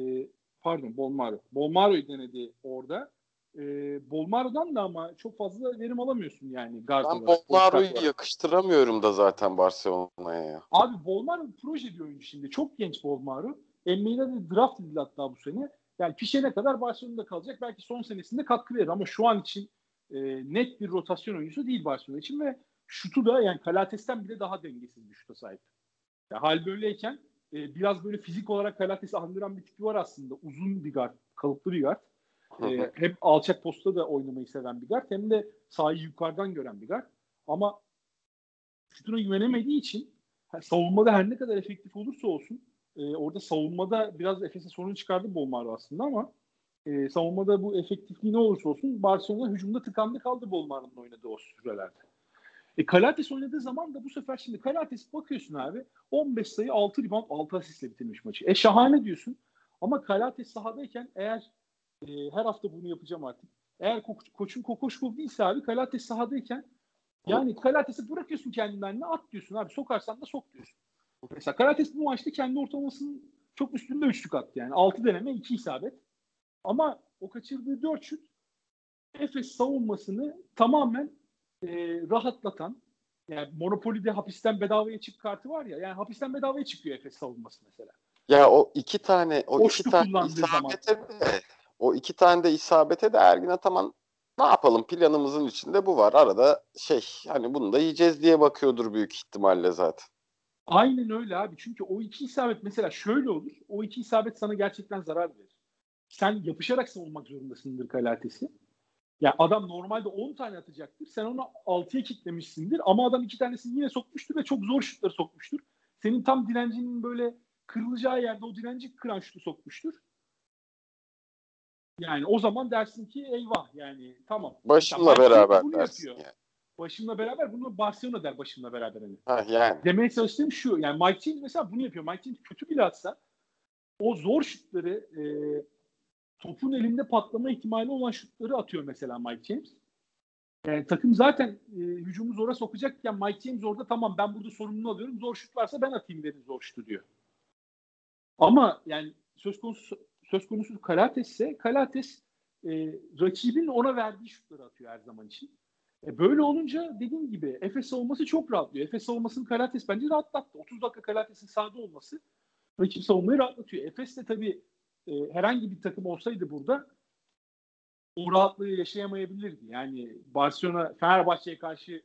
Bolmaro'yu denedi orada. Bolmaro'dan da ama çok fazla verim alamıyorsun yani guard ben olarak. Bolmaro'yu yakıştıramıyorum da zaten Barcelona'ya ya. Abi Bolmaro proje bir oyuncu şimdi. Çok genç Bolmaro. NBA'de de draft edildi hatta bu sene. Yani pişene kadar Barcelona'da kalacak. Belki son senesinde katkı verir ama şu an için net bir rotasyon oyuncusu değil Barcelona için ve şutu da yani Kalates'ten bile daha dengesiz bir şuta sahip. Yani hal böyleyken biraz böyle fizik olarak Kalates'i andıran bir tipi var aslında. Uzun bir guard, kalıplı bir guard. Hem alçak posta da oynamayı seven bir guard hem de sahayı yukarıdan gören bir guard. Ama şutuna güvenemediği için savunmada her ne kadar efektif olursa olsun orada savunmada biraz Efes'e sorun çıkardı Bolmaro aslında ama savunmada bu efektifliği ne olursa olsun Barcelona hücumda tıkandı kaldı Bolmaro'nun oynadığı o sürelerde. Kalates oynadığı zaman da bu sefer şimdi Kalates bakıyorsun abi 15 sayı 6 rebound 6 asistle bitirmiş maçı. Şahane diyorsun ama Kalates sahadayken eğer her hafta bunu yapacağım artık. Eğer koçun Kokoşkov değilse abi Kalates sahadayken yani Kalates'i bırakıyorsun kendinden ne at diyorsun abi. Sokarsan da sok diyorsun. Mesela Kalates bu maçta kendi ortalamasının çok üstünde üçlük attı yani. 6 deneme 2 isabet. Ama o kaçırdığı 4 şut Efes savunmasını tamamen rahatlatan yani Monopoly'de hapisten bedavaya çık kartı var ya yani hapisten bedavaya çıkıyor Efes savunması mesela. Ya o iki tane isabete de Ergin Ataman ne yapalım planımızın içinde bu var. Arada hani bunu da yiyeceğiz diye bakıyordur büyük ihtimalle zaten. Aynen öyle abi. Çünkü o 2 isabet mesela şöyle olur. O 2 isabet sana gerçekten zarar verir. Sen yapışarak savunmak zorundasındır Kalates'i. Yani adam normalde 10 tane atacaktır. Sen onu 6'ya kilitlemişsindir. Ama adam 2 tanesini yine sokmuştur ve çok zor şutları sokmuştur. Senin tam direncinin böyle kırılacağı yerde o direnci kıran şutu sokmuştur. Yani o zaman dersin ki eyvah yani tamam. Başımla beraber bunu dersin yapıyor. yani. Başımla beraber bunu Barcelona der başımla beraber. Yani. Demeye çalıştığım şu yani Mike James mesela bunu yapıyor. Mike James kötü bile atsa o zor şutları topun elinde patlama ihtimali olan şutları atıyor mesela Mike James. Yani takım zaten hücumu zora sokacakken Mike James orada tamam ben burada sorumluluğu alıyorum. Zor şut varsa ben atayım verin zor şutu diyor. Ama yani söz konusu Kalates ise Kalates rakibin ona verdiği şutları atıyor her zaman için. Böyle olunca dediğim gibi Efes savunması çok rahatlıyor. Efes savunmasını Kalates bence rahatlattı. 30 dakika Kalates'in sahada olması rakip savunmayı rahatlatıyor. Efes de tabii herhangi bir takım olsaydı burada o rahatlığı yaşayamayabilirdi. Yani Barcelona Fenerbahçe'ye karşı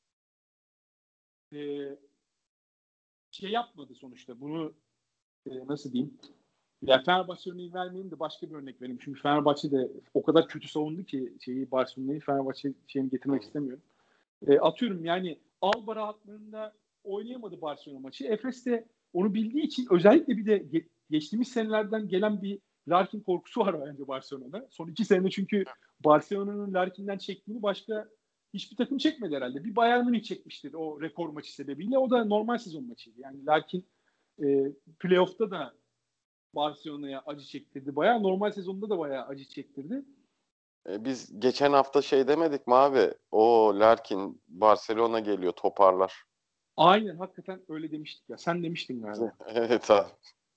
yapmadı sonuçta. Bunu nasıl diyeyim? Ya Fenerbahçe örneği vermeyeyim de başka bir örnek vereyim. Çünkü Fenerbahçe de o kadar kötü savundu ki Barcelona'yı Fenerbahçe getirmek istemiyorum. Atıyorum yani Alba rahatlığında oynayamadı Barcelona maçı. Efes de onu bildiği için özellikle bir de geçtiğimiz senelerden gelen bir Larkin korkusu var bence Barcelona'da. Son 2 senede çünkü Barcelona'nın Larkin'den çektiğini başka hiçbir takım çekmedi herhalde. Bir Bayern Münih çekmiştir o rekor maçı sebebiyle. O da normal sezon maçıydı. Yani Larkin playoff'ta da Barcelona'ya acı çektirdi. Bayağı normal sezonda da bayağı acı çektirdi. Biz geçen hafta demedik mi abi? O Larkin Barcelona geliyor toparlar. Aynen hakikaten öyle demiştik ya. Sen demiştin galiba. Evet abi.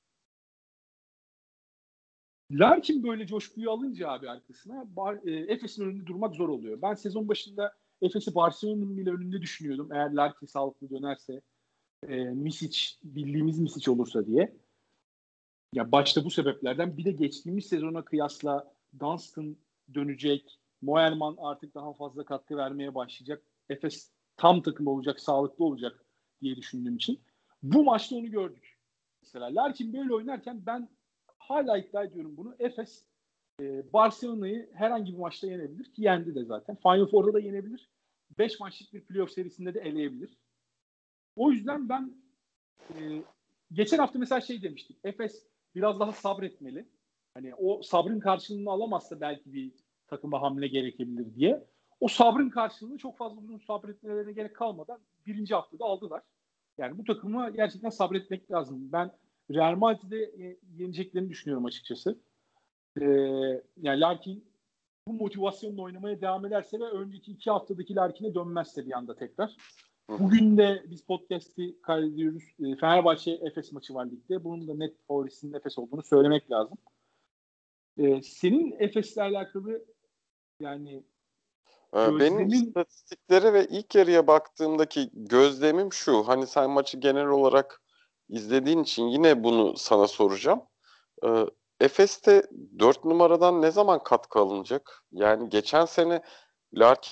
Larkin böyle coşkuyu alınca abi arkasına Efes'in önünde durmak zor oluyor. Ben sezon başında Efes'i Barcelona'nın bile önünde düşünüyordum. Eğer Larkin sağlıklı dönerse Misic, bildiğimiz Misic olursa diye. Ya başta bu sebeplerden bir de geçtiğimiz sezona kıyasla Dunstan dönecek. Moerman artık daha fazla katkı vermeye başlayacak. Efes tam takım olacak, sağlıklı olacak diye düşündüğüm için. Bu maçta onu gördük. Mesela Larkin böyle oynarken ben hala iddia ediyorum bunu. Efes Barcelona'yı herhangi bir maçta yenebilir ki yendi de zaten. Final Four'da da yenebilir. 5 maçlık bir playoff serisinde de eleyebilir. O yüzden ben geçen hafta mesela şey demiştik. Efes biraz daha sabretmeli. Hani o sabrın karşılığını alamazsa belki bir takıma hamle gerekebilir diye. O sabrın karşılığını çok fazla uzun sabretmelerine gerek kalmadan birinci haftada aldılar. Yani bu takıma gerçekten sabretmek lazım. Ben Real Madrid'e yeneceklerini düşünüyorum açıkçası. Yani Larkin bu motivasyonla oynamaya devam ederse ve önceki 2 haftadaki Larkin'e dönmezse bir anda tekrar. Bugün de biz podcast'i kaydediyoruz. Fenerbahçe Efes maçı var ligde. Bunun da net favorisinin Efes olduğunu söylemek lazım. Senin Efes'le alakalı yani Benim gözlemin... istatistiklere ve ilk yarıya baktığımdaki gözlemim şu. Hani sen maçı genel olarak izlediğin için yine bunu sana soracağım. Ee, Efes'te 4 numaradan ne zaman katkı alınacak? Yani geçen sene Larkin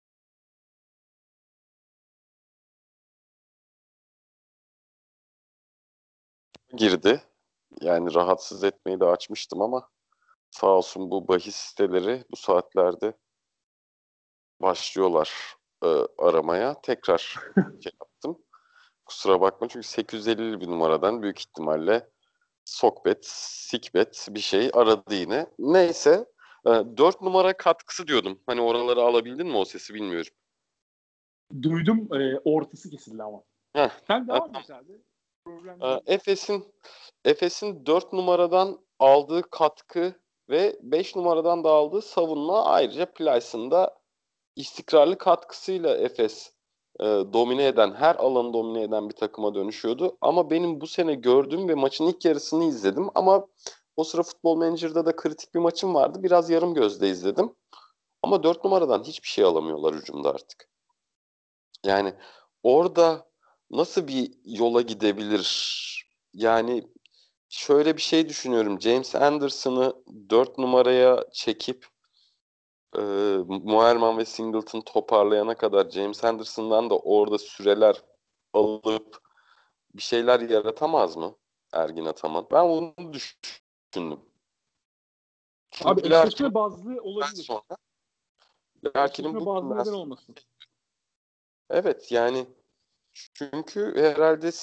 girdi. Yani rahatsız etmeyi de açmıştım ama sağ olsun bu bahis siteleri bu saatlerde başlıyorlar aramaya. Tekrar şey yaptım. Kusura bakma çünkü 850 bir numaradan büyük ihtimalle Sokbet, Sikbet bir şey aradı yine. Neyse 4 numara katkısı diyordum. Hani oraları alabildin mi o sesi bilmiyorum. Duydum, ortası kesildi ama. Heh, Sen devam et abi. Problem değil. Efes'in 4 numaradan aldığı katkı ve 5 numaradan da aldığı savunma ayrıca Plyce'ın da istikrarlı katkısıyla Efes domine eden, her alanı domine eden bir takıma dönüşüyordu. Ama benim bu sene gördüğüm ve maçın ilk yarısını izledim. Ama o sıra Futbol Manager'da da kritik bir maçım vardı. Biraz yarım gözle izledim. Ama 4 numaradan hiçbir şey alamıyorlar hücumda artık. Yani orada nasıl bir yola gidebilir? Yani şöyle bir şey düşünüyorum. James Anderson'ı 4 numaraya çekip Moerman ve Singleton toparlayana kadar James Anderson'dan da orada süreler alıp bir şeyler yaratamaz mı Ergin Ataman? Ben bunu düşündüm. Abi Çünkü eşleşme Larkin'in bazlı olabilir. sonra Larkin'in Eşleşme bu bazlı neden olmasın? evet yani çünkü herhalde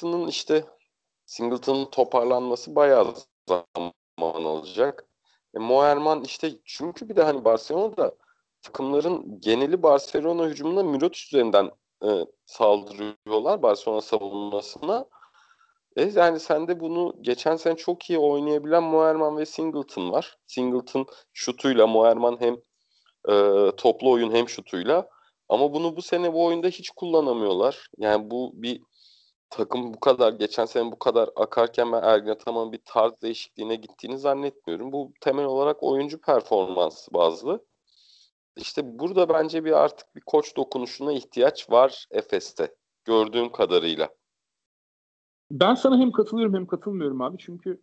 Singleton'ın toparlanması bayağı zaman alacak. Moerman işte çünkü bir de hani Barcelona'da takımların geneli Barcelona hücumuna Mirotic üzerinden saldırıyorlar Barcelona savunmasına. Yani sende bunu geçen sene çok iyi oynayabilen Moerman ve Singleton var. Singleton şutuyla Moerman hem toplu oyun hem şutuyla. Ama bunu bu sene bu oyunda hiç kullanamıyorlar. Yani bu bir takım bu kadar geçen sene bu kadar akarken ben Ergin Ataman'ın bir tarz değişikliğine gittiğini zannetmiyorum. Bu temel olarak oyuncu performansı bazlı. İşte burada bence artık bir koç dokunuşuna ihtiyaç var Efes'te gördüğüm kadarıyla. Ben sana hem katılıyorum hem katılmıyorum abi. Çünkü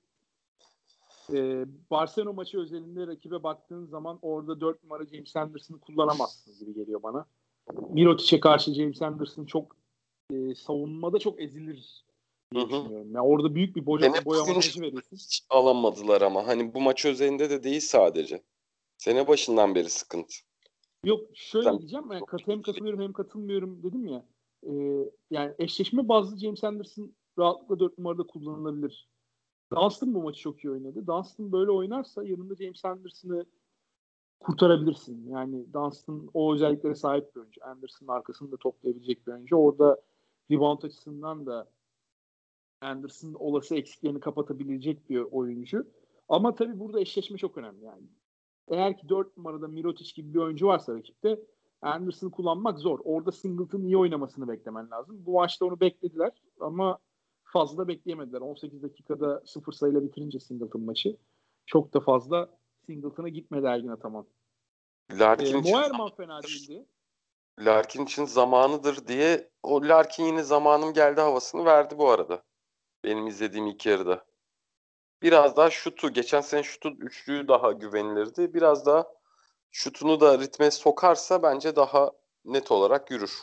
Barcelona maçı özelinde rakibe baktığın zaman orada 4 numara James Anderson'ı kullanamazsın gibi geliyor bana. Mirotic'e karşı James Anderson çok savunmada çok ezilir Hı diye hı. düşünüyorum. Yani orada büyük bir boy Boyunca avantajı veriyorsun. hiç alamadılar ama hani bu maç özelinde de değil sadece. Sene başından beri sıkıntı. Yok şöyle Zaten diyeceğim. Yani çok hem katılıyorum hem katılmıyorum dedim ya. E, Yani eşleşme bazlı James Anderson rahatlıkla 4 numarada kullanılabilir. Dunstan bu maçı çok iyi oynadı. Dunstan böyle oynarsa yanında James Anderson'ı kurtarabilirsin. Yani Dunstan o özelliklere sahip bir oyuncu. Anderson'ın arkasını da toplayabilecek bir oyuncu. Orada rebound açısından da Anderson'ın olası eksiklerini kapatabilecek bir oyuncu. Ama tabii burada eşleşme çok önemli yani. Eğer ki 4 numarada Mirotic gibi bir oyuncu varsa rakipte Anderson'ı kullanmak zor. Orada Singleton'ın iyi oynamasını beklemen lazım. Bu maçta onu beklediler ama fazla da bekleyemediler. 18 dakikada 0 sayıyla bitirince Singleton maçı çok da fazla Singleton'a gitmedi Ergin Ataman. Larkin için Moerman fena değildi. Larkin için zamanıdır diye o Larkin yine zamanım geldi havasını verdi bu arada. Benim izlediğim ilk yarıda. Biraz daha geçen sene şutu üçlüğü daha güvenilirdi. Biraz daha şutunu da ritme sokarsa bence daha net olarak yürür.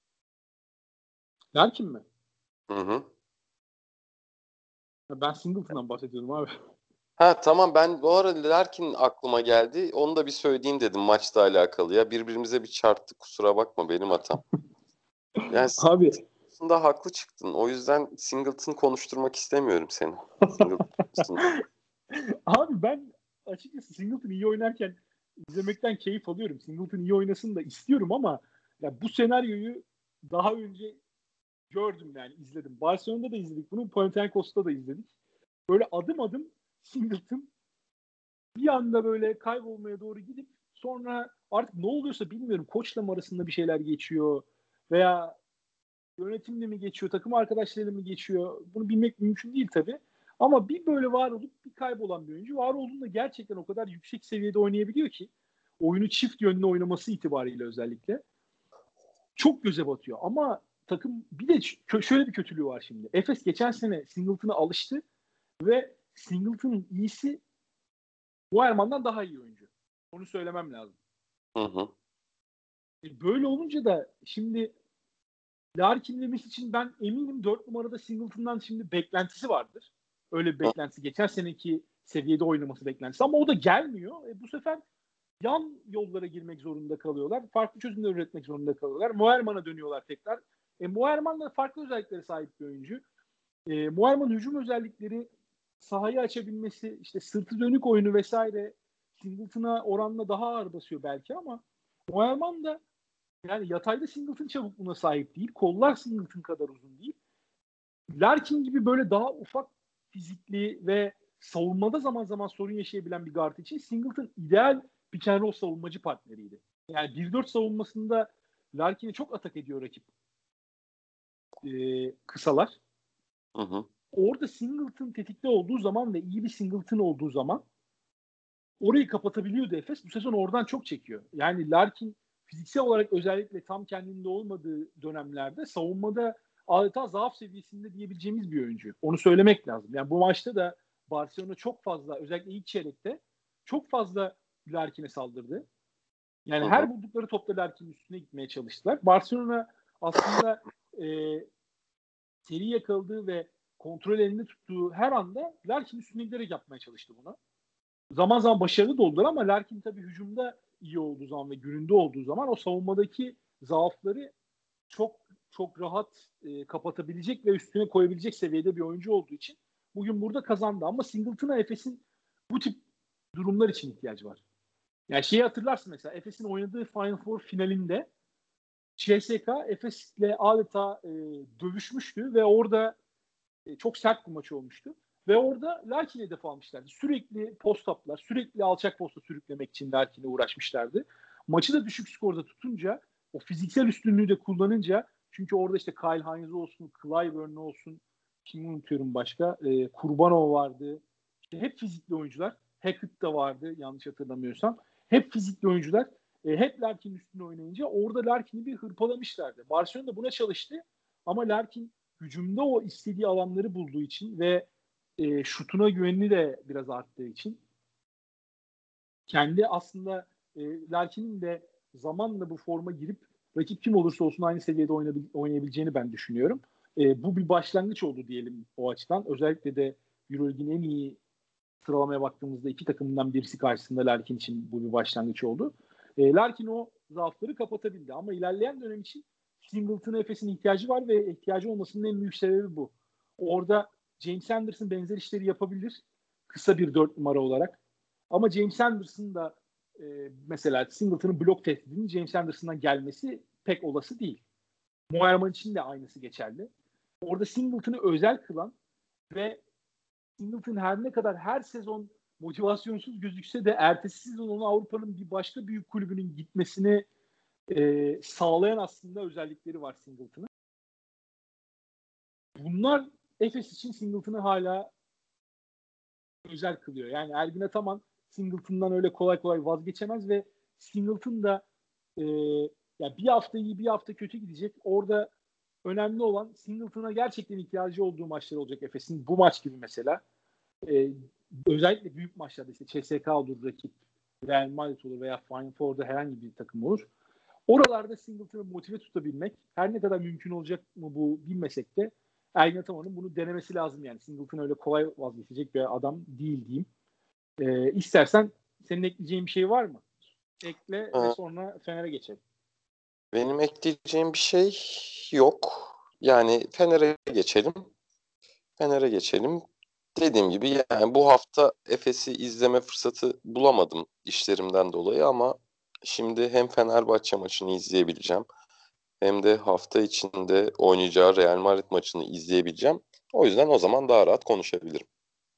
Larkin mi? Hı hı. Ben Singleton'dan bahsediyordum abi. Ha tamam, ben bu arada Larkin aklıma geldi. Onu da bir söyleyeyim dedim maçla alakalı ya. Birbirimize bir çarptık, kusura bakma, benim hatam. Yani Abi aslında haklı çıktın. O yüzden Singleton konuşturmak istemiyorum seni. Singleton konusunda. abi ben açıkçası Singleton iyi oynarken izlemekten keyif alıyorum. Singleton iyi oynasın da istiyorum ama ya bu senaryoyu daha önce gördüm, yani izledim. Barcelona'da da izledik bunu, Panathinaikos'ta da izledik. Böyle adım adım Singleton bir anda böyle kaybolmaya doğru gidip sonra artık ne oluyorsa bilmiyorum, koçla mı arasında bir şeyler geçiyor veya yönetimle mi geçiyor, takım arkadaşlarıyla mı geçiyor, bunu bilmek mümkün değil tabii. Ama bir böyle var olup bir kaybolan bir oyuncu, var olduğunda gerçekten o kadar yüksek seviyede oynayabiliyor ki oyunu çift yönlü oynaması itibariyle özellikle çok göze batıyor. Ama takım bir de şöyle bir kötülüğü var şimdi. Efes geçen sene Singleton'a alıştı ve Singleton'ın iyisi bu Erman'dan daha iyi oyuncu. Onu söylemem lazım. Hı hı. Böyle olunca da şimdi Larkin demesi için ben eminim 4 numarada Singleton'dan şimdi beklentisi vardır. Öyle bir beklentisi. Geçen seneki seviyede oynaması beklentisi. Ama o da gelmiyor. Bu sefer yan yollara girmek zorunda kalıyorlar. Farklı çözümler üretmek zorunda kalıyorlar. Moerman'a dönüyorlar tekrar. Moerman da farklı özelliklere sahip bir oyuncu. Moerman hücum özellikleri, sahayı açabilmesi, işte sırtı dönük oyunu vesaire Singleton'a oranla daha ağır basıyor belki ama Moerman da yani yatayda Singleton çabukluğuna sahip değil. Kollar Singleton kadar uzun değil. Larkin gibi böyle daha ufak fizikli ve savunmada zaman zaman sorun yaşayabilen bir guard için Singleton ideal pick and roll savunmacı partneriydi. Yani 1-4 savunmasında Larkin'i çok atak ediyor rakip. Kısalar. Hı hı. Orada Singleton tetikte olduğu zaman ve iyi bir Singleton olduğu zaman orayı kapatabiliyordu Efes. Bu sezon oradan çok çekiyor. Yani Larkin fiziksel olarak özellikle tam kendinde olmadığı dönemlerde savunmada adeta zaaf seviyesinde diyebileceğimiz bir oyuncu. Onu söylemek lazım. Yani bu maçta da Barcelona çok fazla, özellikle ilk çeyrekte çok fazla Larkin'e saldırdı. Yani Hı hı. her buldukları topla Larkin'in üstüne gitmeye çalıştılar. Barcelona aslında seri yakaladığı ve kontrol elinde tuttuğu her anda Larkin'in üstüne giderek yapmaya çalıştı bunu. Zaman zaman başarılı da oldular ama Larkin tabii hücumda iyi olduğu zaman ve gününde olduğu zaman o savunmadaki zaafları çok çok rahat kapatabilecek ve üstüne koyabilecek seviyede bir oyuncu olduğu için bugün burada kazandı. Ama Singleton'a Efes'in bu tip durumlar için ihtiyacı var. Yani şeyi hatırlarsın, mesela Efes'in oynadığı Final Four finalinde CSKA Efes'le adeta dövüşmüştü ve orada çok sert bir maç olmuştu. Ve orada Larkin'i hedef almışlardı. Sürekli post-up'lar, sürekli alçak posta sürüklemek için Larkin'e uğraşmışlardı. Maçı da düşük skorda tutunca, o fiziksel üstünlüğü de kullanınca, çünkü orada işte Kyle Hines olsun, Clyburn olsun, kimi unutuyorum başka, Kurbanov vardı. İşte hep fizikli oyuncular. Hackett da vardı yanlış hatırlamıyorsam. Hep fizikli oyuncular. Hep Larkin'in üstüne oynayınca orada Larkin'i bir hırpalamışlardı. Barcelona da buna çalıştı. Ama Larkin hücumda o istediği alanları bulduğu için ve şutuna güvenini de biraz arttığı için kendi aslında Larkin'in de zamanla bu forma girip rakip kim olursa olsun aynı seviyede oynayabileceğini ben düşünüyorum. Bu bir başlangıç oldu diyelim o açıdan. Özellikle de Euroleague'in en iyi sıralamaya baktığımızda iki takımından birisi karşısında Larkin için bu bir başlangıç oldu. Larkin o zaafları kapatabildi ama ilerleyen dönem için Singleton'a Efes'in ihtiyacı var ve ihtiyacı olmasının en büyük sebebi bu. Orada James Anderson benzer işleri yapabilir. Kısa bir 4 numara olarak. Ama James Anderson da mesela Singleton'ın blok tehdidinin James Anderson'dan gelmesi pek olası değil. Moerman için de aynısı geçerli. Orada Singleton'ı özel kılan ve Singleton her ne kadar her sezon motivasyonsuz gözükse de ertesi sezon onu Avrupa'nın bir başka büyük kulübünün gitmesini sağlayan aslında özellikleri var Singleton'ın. Bunlar Efes için Singleton'ı hala özel kılıyor. Yani Ergin Ataman Singleton'dan öyle kolay kolay vazgeçemez ve Singleton da ya bir hafta iyi bir hafta kötü gidecek. Orada önemli olan Singleton'a gerçekten ihtiyacı olduğu maçlar olacak Efes'in. Bu maç gibi mesela. Özellikle büyük maçlarda işte CSKA olur rakip, Real Madrid olur veya Final Four'da herhangi bir takım olur. Oralarda Singleton'ı motive tutabilmek her ne kadar mümkün olacak mı bu bilmesek de Ergin Ataman'ın bunu denemesi lazım yani. Singleton öyle kolay vazgeçecek bir adam değil diyeyim. İstersen senin ekleyeceğin bir şey var mı? Ekle ve Ha, sonra Fener'e geçelim. benim ekleyeceğim bir şey yok. Yani Fener'e geçelim. Dediğim gibi yani bu hafta Efes'i izleme fırsatı bulamadım işlerimden dolayı ama şimdi hem Fenerbahçe maçını izleyebileceğim hem de hafta içinde oynayacağı Real Madrid maçını izleyebileceğim. O yüzden o zaman daha rahat konuşabilirim.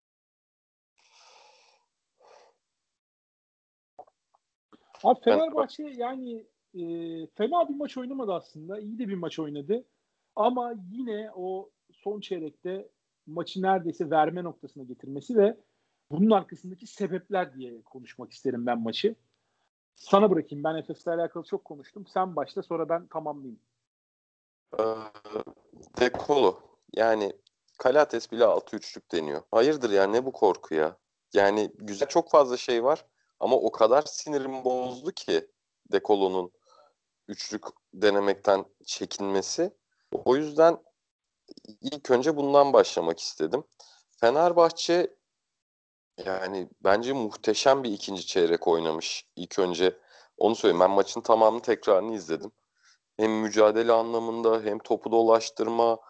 Abi Fenerbahçe. Fenerbahçe yani fena bir maç oynamadı aslında. İyi de bir maç oynadı. Ama yine o son çeyrekte maçı neredeyse verme noktasına getirmesi ve bunun arkasındaki sebepler diye konuşmak isterim ben maçı. Sana bırakayım. Ben Efes'le alakalı çok konuştum. Sen başla, sonra ben tamamlayayım. Ee, De Colo. Yani Kalates bile 6-3'lük deniyor. Hayırdır ya, ne bu korku ya? Yani güzel, çok fazla şey var ama o kadar sinirimi bozdu ki De Colo'nun üçlük denemekten çekinmesi. O yüzden ilk önce bundan başlamak istedim. Fenerbahçe yani bence muhteşem bir ikinci çeyrek oynamış. İlk önce onu söyleyeyim. Ben maçın tamamını, tekrarını izledim. Hem mücadele anlamında hem topu dolaştırma,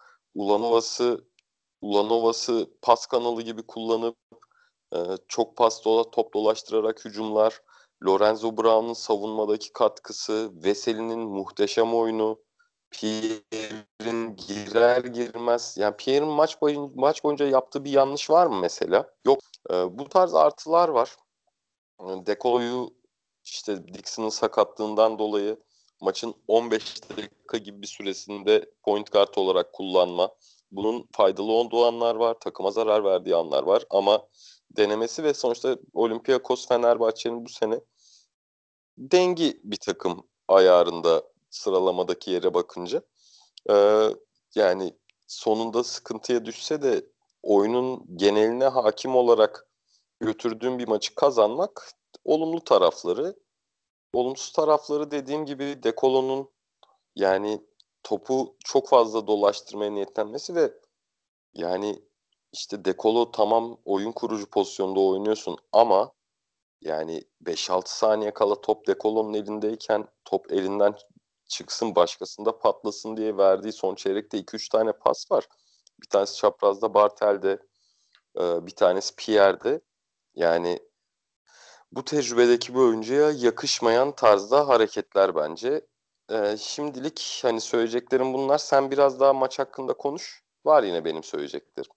Ulanova'sı pas kanalı gibi kullanıp çok top dolaştırarak hücumlar, Lorenzo Brown'un savunmadaki katkısı, Veseli'nin muhteşem oyunu, Pierre'in girer girmez, yani Pierre'in maç boyunca yaptığı bir yanlış var mı mesela? Yok. Bu tarz artılar var. De Colo'yu işte Dixon'ın sakatlığından dolayı maçın 15 dakika gibi bir süresinde point guard olarak kullanma. Bunun faydalı olduğu anlar var, takıma zarar verdiği anlar var ama denemesi ve sonuçta Olympiakos Fenerbahçe'nin bu sene dengi bir takım ayarında sıralamadaki yere bakınca. Ee, Yani sonunda sıkıntıya düşse de oyunun geneline hakim olarak götürdüğüm bir maçı kazanmak olumlu tarafları. Olumsuz tarafları dediğim gibi De Colo'nun yani topu çok fazla dolaştırmaya niyetlenmesi ve yani işte De Colo tamam oyun kurucu pozisyonda oynuyorsun ama yani 5-6 saniye kala top De Colo'nun elindeyken top elinden çıksın başkasında patlasın diye verdiği son çeyrekte 2-3 tane pas var. Bir tanesi çaprazda Bartel'de, bir tanesi Pierre'de. Yani bu tecrübedeki bir oyuncuya yakışmayan tarzda hareketler bence. Şimdilik hani söyleyeceklerim bunlar. Sen biraz daha maç hakkında konuş. Var yine benim söyleyeceklerim.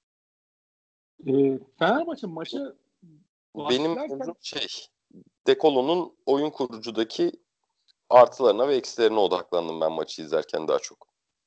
Fenerbahçe maça Benim başlarken mevzum De Colo'nun oyun kurucudaki artılarına ve eksilerine odaklandım ben maçı izlerken daha çok.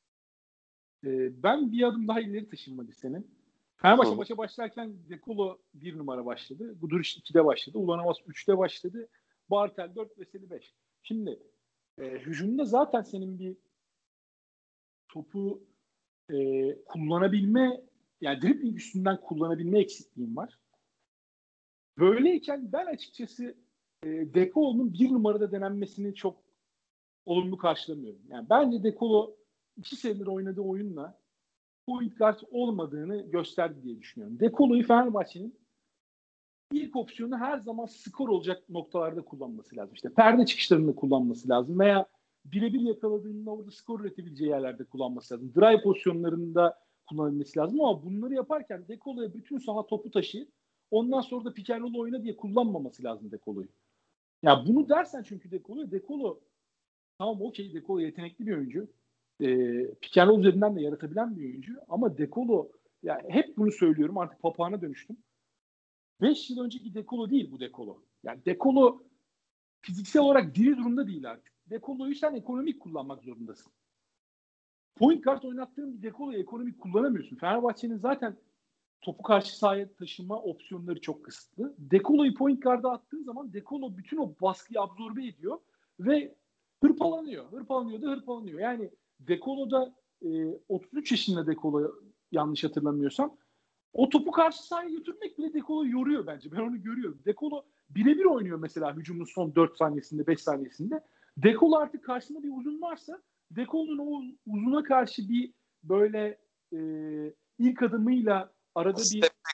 ben bir adım daha ileri taşınmak istedim. Hı Fenerbahçe hı. maça başlarken De Colo 1 numara başladı. Guduric 2'de başladı. Ulanovas 3'te başladı. Bartel 4, Veseli 5. Şimdi hücumda zaten senin bir topu kullanabilme, yani dribbling üstünden kullanabilme eksikliğin var. Böyleyken ben açıkçası De Colo'nun 1 numarada denenmesini çok olumlu karşılamıyorum. Yani bence De Colo 2 senedir oynadığı oyunla point guard olmadığını gösterdi diye düşünüyorum. De Colo'yu Fenerbahçe'nin ilk opsiyonu her zaman skor olacak noktalarda kullanması lazım. İşte perde çıkışlarında kullanması lazım veya birebir yakaladığında orada skor üretebileceği yerlerde kullanması lazım. Drive pozisyonlarında kullanabilmesi lazım ama bunları yaparken De Colo'ya bütün saha topu taşı, ondan sonra da pick and roll oyna diye kullanmaması lazım De Colo'yu. Ya bunu dersen çünkü De Colo tamam okey, De Colo yetenekli bir oyuncu. Pick and roll üzerinden de yaratabilen bir oyuncu ama De Colo, yani hep bunu söylüyorum, artık papağana dönüştüm. 5 yıl önceki De Colo değil bu De Colo. Yani De Colo fiziksel olarak diri durumda değil artık. De Colo'yu sen ekonomik kullanmak zorundasın. Point guard oynattığın bir De Colo'yu ekonomik kullanamıyorsun. Fenerbahçe'nin zaten topu karşı sahaya taşıma opsiyonları çok kısıtlı. De Colo'yu point guard'a attığın zaman De Colo bütün o baskıyı absorbe ediyor ve hırpalanıyor. Yani De Colo'da 33 yaşında De Colo, yanlış hatırlamıyorsam, o topu karşı sahaya götürmek bile De Colo'yu yoruyor bence. Ben onu görüyorum. De Colo birebir oynuyor mesela hücumun son 4 saniyesinde, 5 saniyesinde. De Colo artık karşısında bir uzun varsa De Colo'nun o uzuna karşı bir böyle ilk adımıyla arada bir Step back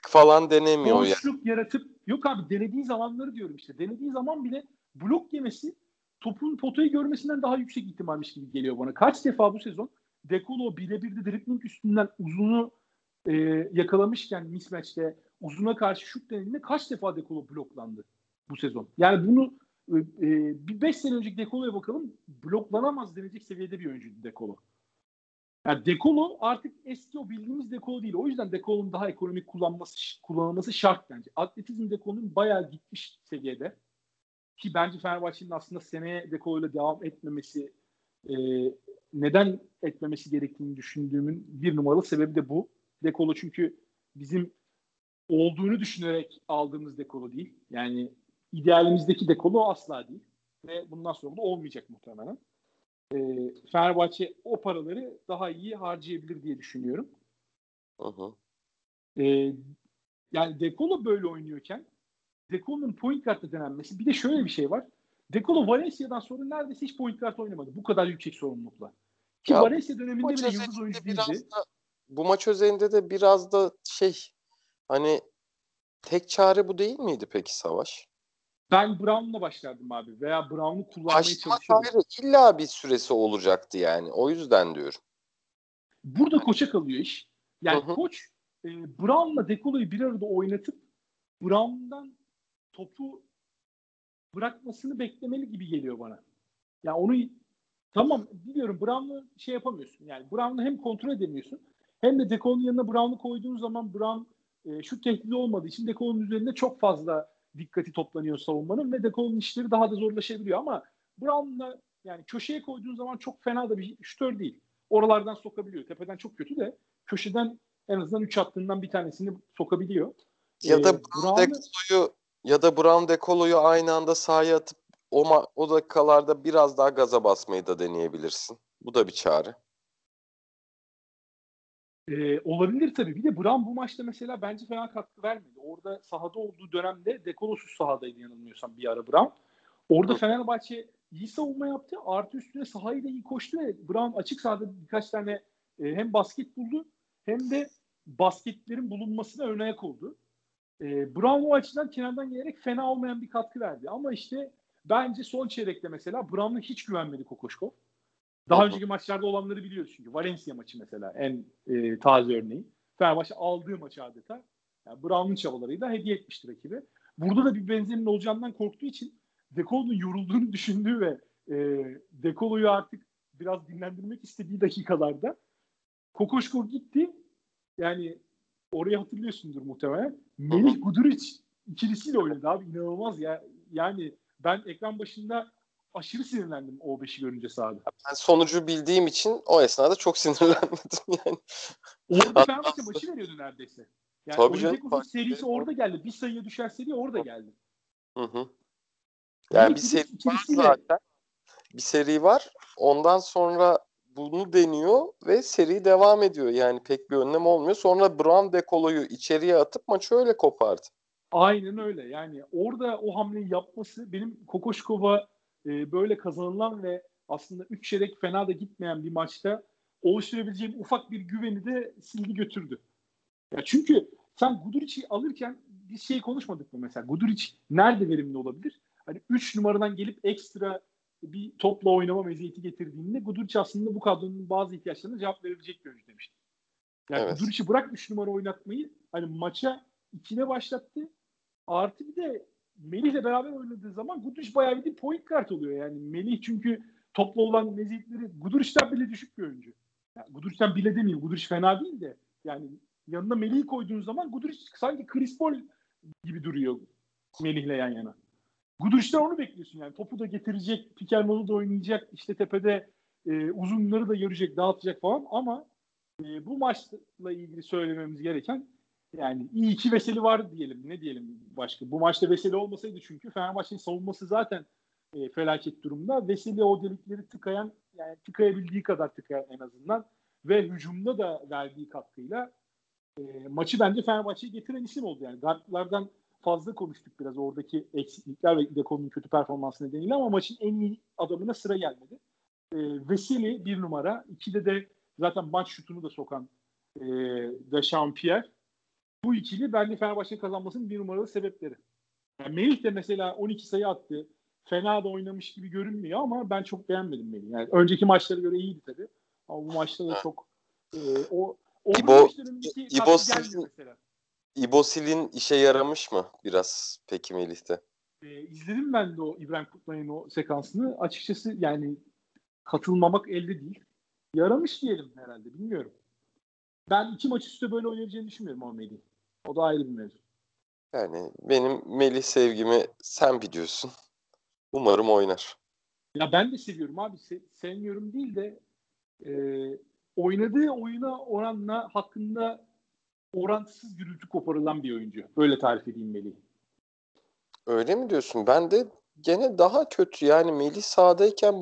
falan denemiyor ya. Boşluk yaratıp yok abi denediği zamanları diyorum işte. Denediği zaman bile blok yemesi topun potayı görmesinden daha yüksek ihtimalmiş gibi geliyor bana. Kaç defa bu sezon De Colo birebir de dribbling üstünden uzunu yakalamışken mismatch'te uzuna karşı şut denediğinde kaç defa De Colo bloklandı bu sezon. Yani bunu bir 5 sene önceki De Colo'ya bakalım, bloklanamaz denecek seviyede bir oyuncuydu De Colo. Yani De Colo artık eski o bildiğimiz De Colo değil. O yüzden De Colo'nun daha ekonomik kullanılması şart bence. Atletizm De Colo'nun bayağı gitmiş seviyede. Ki bence Fenerbahçe'nin aslında seneye De Colo'yla devam etmemesi, e, neden etmemesi gerektiğini düşündüğümün bir numaralı sebebi de bu. De Colo çünkü bizim olduğunu düşünerek aldığımız De Colo değil. Yani idealimizdeki De Colo asla değil. Ve bundan sonra da olmayacak muhtemelen. Fenerbahçe o paraları daha iyi harcayabilir diye düşünüyorum. Hı hı. Yani De Colo böyle oynuyorken De Colo'nun point guard'da denenmesi, bir de şöyle bir şey var. De Colo Valencia'dan sonra neredeyse hiç point guard oynamadı. Bu kadar yüksek sorumlulukla. Ki Ya Valencia döneminde bile yıldız oyuncu değildi. bu maç özelinde de biraz da hani tek çare bu değil miydi peki Savaş? Ben Brown'la başlardım abi. Veya Brown'u kullanmaya Başlamak çalışırdım. ayrı, illa bir süresi olacaktı yani. O yüzden diyorum. Burada koça kalıyor iş. Hı Yani hı. koç Brown'la De Colo'yu bir arada oynatıp Brown'dan topu bırakmasını beklemeli gibi geliyor bana. Yani onu tamam biliyorum, Brown'u şey yapamıyorsun. Yani Brown'u hem kontrol edemiyorsun hem de De Colo'nun yanına Brown'u koyduğun zaman Brown şu tehdidi olmadığı için De Colo'nun üzerinde çok fazla dikkati toplanıyor savunmanın ve De Colo'nun işleri daha da zorlaşabiliyor ama Brown'la yani köşeye koyduğun zaman çok fena da bir şütör değil. Oralardan sokabiliyor. Tepeden çok kötü de köşeden en azından 3 attığından bir tanesini sokabiliyor. Ya da Brown'u Brown De Colo'yu aynı anda sahaya atıp o dakikalarda biraz daha gaza basmayı da deneyebilirsin. Bu da bir çare. Olabilir tabii. Bir de Brown bu maçta mesela bence fena katkı vermedi. Orada sahada olduğu dönemde De Colo'suz sahadaydı yanılmıyorsam bir ara Brown. Orada Hı. Fenerbahçe iyi savunma yaptı. Artı üstüne sahayı da iyi koştu ve Brown açık sahada birkaç tane hem basket buldu hem de basketlerin bulunmasına ön ayak oldu. Brown o açıdan kenardan gelerek fena olmayan bir katkı verdi. Ama işte bence son çeyrekte mesela Brown'a hiç güvenmedi Kokoşkov. Daha önceki maçlarda olanları biliyoruz çünkü. Valencia maçı mesela en taze örneği. Fenerbahçe aldığı maçı adeta. Yani Brown'un çabalarıyla hediye etmişti rakibi. Burada da bir benzerinin olacağından korktuğu için De Colo'nun yorulduğunu düşündüğü ve De Colo'yu artık biraz dinlendirmek istediği dakikalarda Kokoşkov gitti. Yani orayı hatırlıyorsundur muhtemelen. Melih Guduric ikilisiyle oynadı abi. İnanılmaz ya. Yani ben ekran başında aşırı sinirlendim o beşi görünce sahada. Ben sonucu bildiğim için o esnada çok sinirlenmedim yani. Orada Fenerbahçe maçı veriyordu neredeyse. Yani Tabii canım. Olympiakos'un serisi orada geldi. Bir sayıya düşer seri orada geldi. Hı hı. Yani Melih bir Guduric seri var ikilisiyle zaten. Bir seri var. Ondan sonra bunu deniyor ve seri devam ediyor. Yani pek bir önlem olmuyor. Sonra Brown De Colo'yu içeriye atıp maçı öyle kopardı. aynen öyle. Yani orada o hamleyi yapması benim Kokoşkov'a böyle kazanılan ve aslında 3 çeyrek fena da gitmeyen bir maçta oluşturabileceğim ufak bir güveni de sildi götürdü. Ya çünkü sen Guduric'i alırken bir şey konuşmadık mı mesela? Guduric nerede verimli olabilir? Hani 3 numaradan gelip ekstra bir topla oynama meziyeti getirdiğinde Guduric aslında bu kadronun bazı ihtiyaçlarına cevap verebilecek bir oyuncu demiştim. Yani Evet. Guduric'i bırak 3 numara oynatmayı, hani maça 2'de başlattı. Artı bir de Melih'le beraber oynadığı zaman Guduric bayağı bir point guard oluyor. Yani Melih çünkü topla olan meziyetleri Guduric'ten bile düşük bir oyuncu. Yani Guduric'ten bile demeyeyim. Guduric fena değil de yani yanına Melih'i koyduğun zaman Guduric sanki Chris Paul gibi duruyor Melih'le yan yana. Guduric'ten onu bekliyorsun yani. Topu da getirecek, pick and roll'u da oynayacak, işte tepede uzunları da görecek, dağıtacak falan ama bu maçla ilgili söylememiz gereken yani iyi ki Veseli var diyelim. Ne diyelim başka? Bu maçta Veseli olmasaydı çünkü Fenerbahçe'nin savunması zaten felaket durumda. Veseli o delikleri tıkayan, yani tıkayabildiği kadar tıkayan en azından ve hücumda da verdiği katkıyla maçı bence Fenerbahçe'ye getiren isim oldu. Yani guardlardan fazla konuştuk biraz oradaki eksiklikler ve Deko'nun kötü performansı nedeniyle ama maçın en iyi adamına sıra gelmedi. Veseli bir numara. İkide de zaten maç şutunu da sokan Dechampierre. Bu ikili bence Fenerbahçe'nin kazanmasının bir numaralı sebepleri. Yani Melih de mesela 12 sayı attı. Fena da oynamış gibi görünmüyor ama ben çok beğenmedim Melih. Yani önceki maçlara göre iyiydi tabii. Ama bu maçta da çok o onun İbo, maçlarındaki İbo katkı gelmiyor Sil'in, mesela. İbo Sil'in işe yaramış mı biraz peki Melih'te? İzledim ben de o İbrahim Kutlay'ın o sekansını. Açıkçası yani katılmamak elde değil. Yaramış diyelim herhalde. Bilmiyorum. Ben 2 maç üstte böyle oynayacağını düşünmüyorum ama Melih. O da ayrı bir mevzu. Yani benim Melih sevgimi sen biliyorsun. Umarım oynar. Ya ben de seviyorum abi. Sevmiyorum değil de e, oynadığı oyuna oranla hakkında orantısız gürültü koparılan bir oyuncu. Böyle tarif edeyim Melih. Öyle mi diyorsun? Ben de gene daha kötü. Yani Melih sahadayken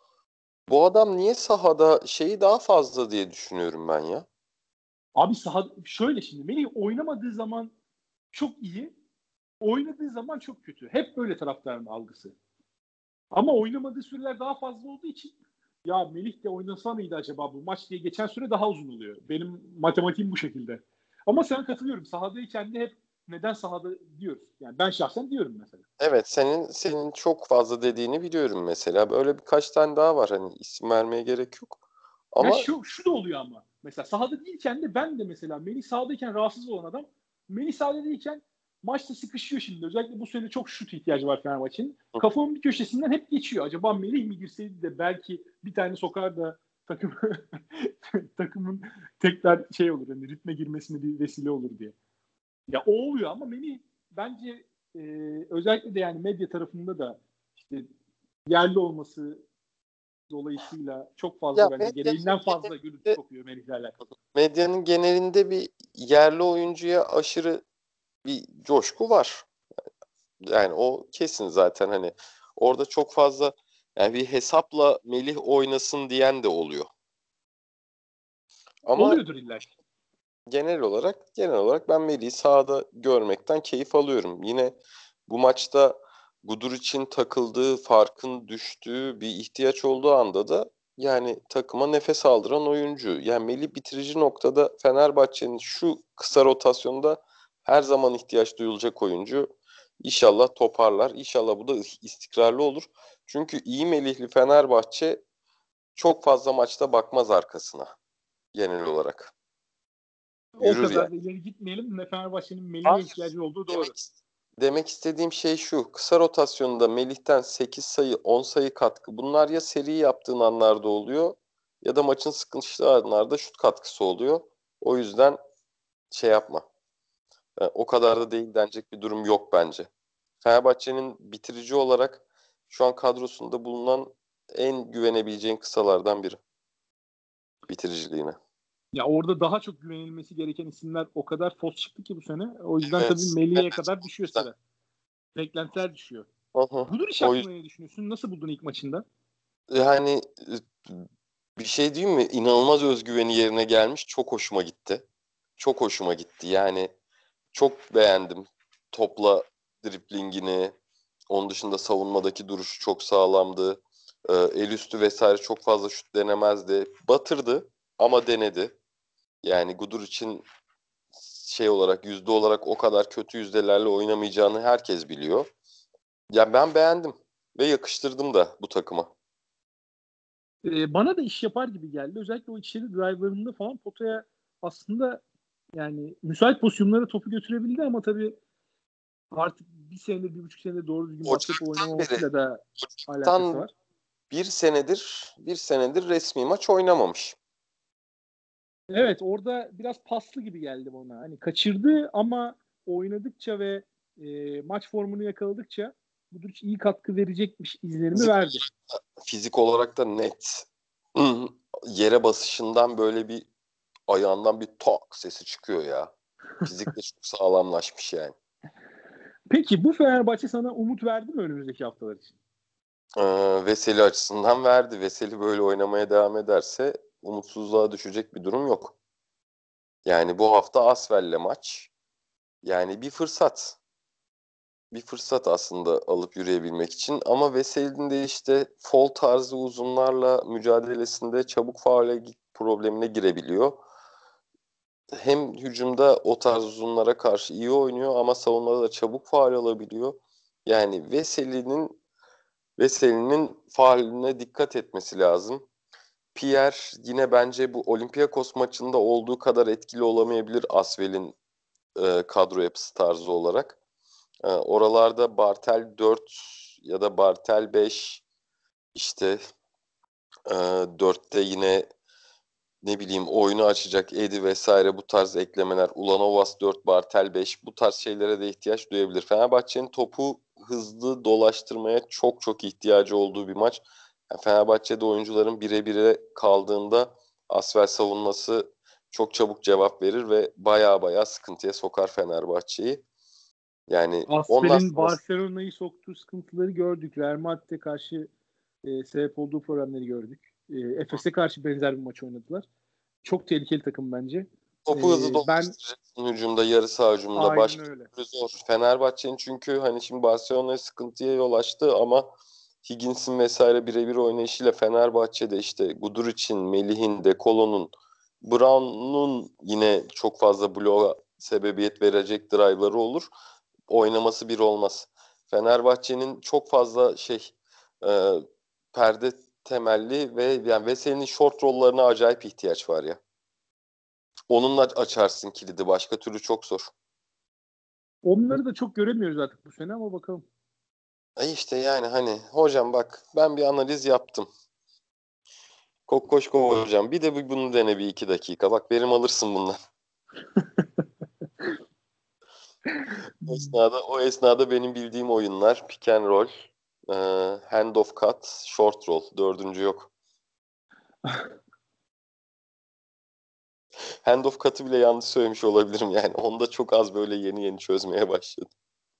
bu adam niye sahada şeyi daha fazla diye düşünüyorum ben ya. Abi şöyle şimdi Melih oynamadığı zaman çok iyi, oynadığı zaman çok kötü. Hep böyle taraftarın algısı. Ama oynamadığı süreler daha fazla olduğu için ya Melih de oynasa mıydı acaba bu maç diye geçen süre daha uzun oluyor. Benim matematiğim bu şekilde. Ama sen katılıyorum. Sahadayken de hep neden sahada diyoruz. Yani ben şahsen diyorum mesela. Evet, senin çok fazla dediğini biliyorum mesela. Böyle birkaç tane daha var, hani isim vermeye gerek yok. Ya Ama şu da oluyor ama. Mesela sahada değilken de ben de mesela Melih sahadayken rahatsız olan adam Melih sahada değilken maçta sıkışıyor şimdi. Özellikle bu sene çok şut ihtiyacı var Fenerbahçe'nin. Kafamın bir köşesinden hep geçiyor. Acaba Melih mi girseydi de belki bir tane sokar da takım takımın tekrar şey olur. Yani ritme girmesine bir vesile olur diye. Ya o oluyor ama Melih bence e, özellikle de yani medya tarafında da işte yerli olması dolayısıyla çok fazla ya bence medyanın gereğinden fazla gürültü genelinde, kopuyor Melih'le alakalı. medyanın genelinde bir yerli oyuncuya aşırı bir coşku var. Yani o kesin zaten, hani orada çok fazla, yani bir hesapla Melih oynasın diyen de oluyor. Ama Oluyordur illa ki. genel olarak ben Melih'i sahada görmekten keyif alıyorum. Yine bu maçta Guduric'in takıldığı, farkın düştüğü bir ihtiyaç olduğu anda da yani takıma nefes aldıran oyuncu. Yani Melih bitirici noktada Fenerbahçe'nin şu kısa rotasyonda her zaman ihtiyaç duyulacak oyuncu. İnşallah toparlar. İnşallah bu da istikrarlı olur. Çünkü iyi Melihli Fenerbahçe çok fazla maçta bakmaz arkasına genel olarak. O Yürür yani. kadar da ileri gitmeyelim. Fenerbahçe'nin Melih'e Hayır. ihtiyacı olduğu doğru. Demek, demek istediğim şey şu. Kısa rotasyonda Melih'ten 8 sayı, 10 sayı katkı. Bunlar ya seri yaptığın anlarda oluyor ya da maçın sıkıntılı anlarda şut katkısı oluyor. O yüzden şey yapma. O kadar da değil denecek bir durum yok bence. Fenerbahçe'nin bitirici olarak şu an kadrosunda bulunan en güvenebileceğin kısalardan biri bitiriciliğine. Ya orada daha çok güvenilmesi gereken isimler o kadar fos çıktı ki bu sene. O yüzden tabii Evet. Melih'e Evet. kadar düşüyor sıra. Beklentiler düşüyor. Hı hı. Guduric O hakkında ne düşünüyorsun? Nasıl buldun ilk maçında? Yani bir şey diyeyim mi? İnanılmaz özgüveni yerine gelmiş. Çok hoşuma gitti. Çok hoşuma gitti. Yani çok beğendim. Topla driblingini. Onun dışında savunmadaki duruşu çok sağlamdı. El üstü vesaire çok fazla şut denemezdi. Batırdı ama denedi. Yani Gudur için şey olarak, yüzde olarak o kadar kötü yüzdelerle oynamayacağını herkes biliyor. Ya ben beğendim ve yakıştırdım da bu takıma. Bana da iş yapar gibi geldi. Özellikle o içeri drive'larında falan potaya aslında yani müsait pozisyonlara topu götürebildi ama tabii artık bir senedir, 1,5 senedir doğru düzgün basketbol Ocaktan beri, oynamamasıyla da alakası Ocaktan var. bir senedir resmi maç oynamamış. Evet orada biraz paslı gibi geldi bana. Hani kaçırdı ama oynadıkça ve maç formunu yakaladıkça Buduric iyi katkı verecekmiş izlenimi Fizik, verdi. fizik olarak da net. Yere basışından böyle bir ayağından bir tok sesi çıkıyor ya. Fizikle çok sağlamlaşmış yani. Peki bu Fenerbahçe sana umut verdi mi önümüzdeki haftalar için? Veseli açısından verdi. Veseli böyle oynamaya devam ederse umutsuzluğa düşecek bir durum yok. Yani bu hafta Asfel'le maç. Yani bir fırsat. Bir fırsat aslında alıp yürüyebilmek için. Ama Veseli'nin de işte fol tarzı uzunlarla mücadelesinde çabuk faule problemine girebiliyor. hem hücumda o tarz uzunlara karşı iyi oynuyor ama savunmada da çabuk faul alabiliyor. Yani Veseli'nin fauline dikkat etmesi lazım. Pierre yine bence bu Olympiakos maçında olduğu kadar etkili olamayabilir Asvel'in kadro yapısı tarzı olarak. Oralarda Bartel 4 ya da Bartel 5 işte 4'te yine ne bileyim oyunu açacak Edi vesaire bu tarz eklemeler. Ulanovas 4, Bartel 5 bu tarz şeylere de ihtiyaç duyabilir. Fenerbahçe'nin topu hızlı dolaştırmaya çok çok ihtiyacı olduğu bir maç. Yani Fenerbahçe'de oyuncuların bire kaldığında Asvel savunması çok çabuk cevap verir ve baya baya sıkıntıya sokar Fenerbahçe'yi. Yani ondan Asfel'in sonrası Barcelona'yı soktuğu sıkıntıları gördük. Real Madrid'e karşı sebep olduğu problemleri gördük. Efes'e karşı benzer bir maç oynadılar. Çok tehlikeli takım bence. topu hızlı Ben dolaştıracaksın hücumda, yarı saha hücumunda. aynen Başka öyle. türlü zor. Fenerbahçe'nin çünkü hani şimdi Barcelona'ya sıkıntıya yol açtı ama Higgins'in vesaire birebir oynayışıyla Fenerbahçe'de işte Guduric'in, Melih'in, De Colo'nun, Brown'un yine çok fazla bloğa sebebiyet verecek drive'ları olur. Oynaması bir olmaz. Fenerbahçe'nin çok fazla e, perde temelli ve yani Veseli'nin short rollarına acayip ihtiyaç var ya. Onunla açarsın kilidi. Başka türlü çok zor. Onları da çok göremiyoruz artık bu sene ama bakalım. İşte yani hani hocam bak ben bir analiz yaptım. Kokkoşko hocam bir de bunu dene bir 2 dakika. Bak verim alırsın bundan. O esnada benim bildiğim oyunlar pick and roll, e, hand of cut, short roll. Dördüncü yok. Hand of cut'ı bile yanlış söylemiş olabilirim yani. Onda çok az böyle yeni yeni çözmeye başladım.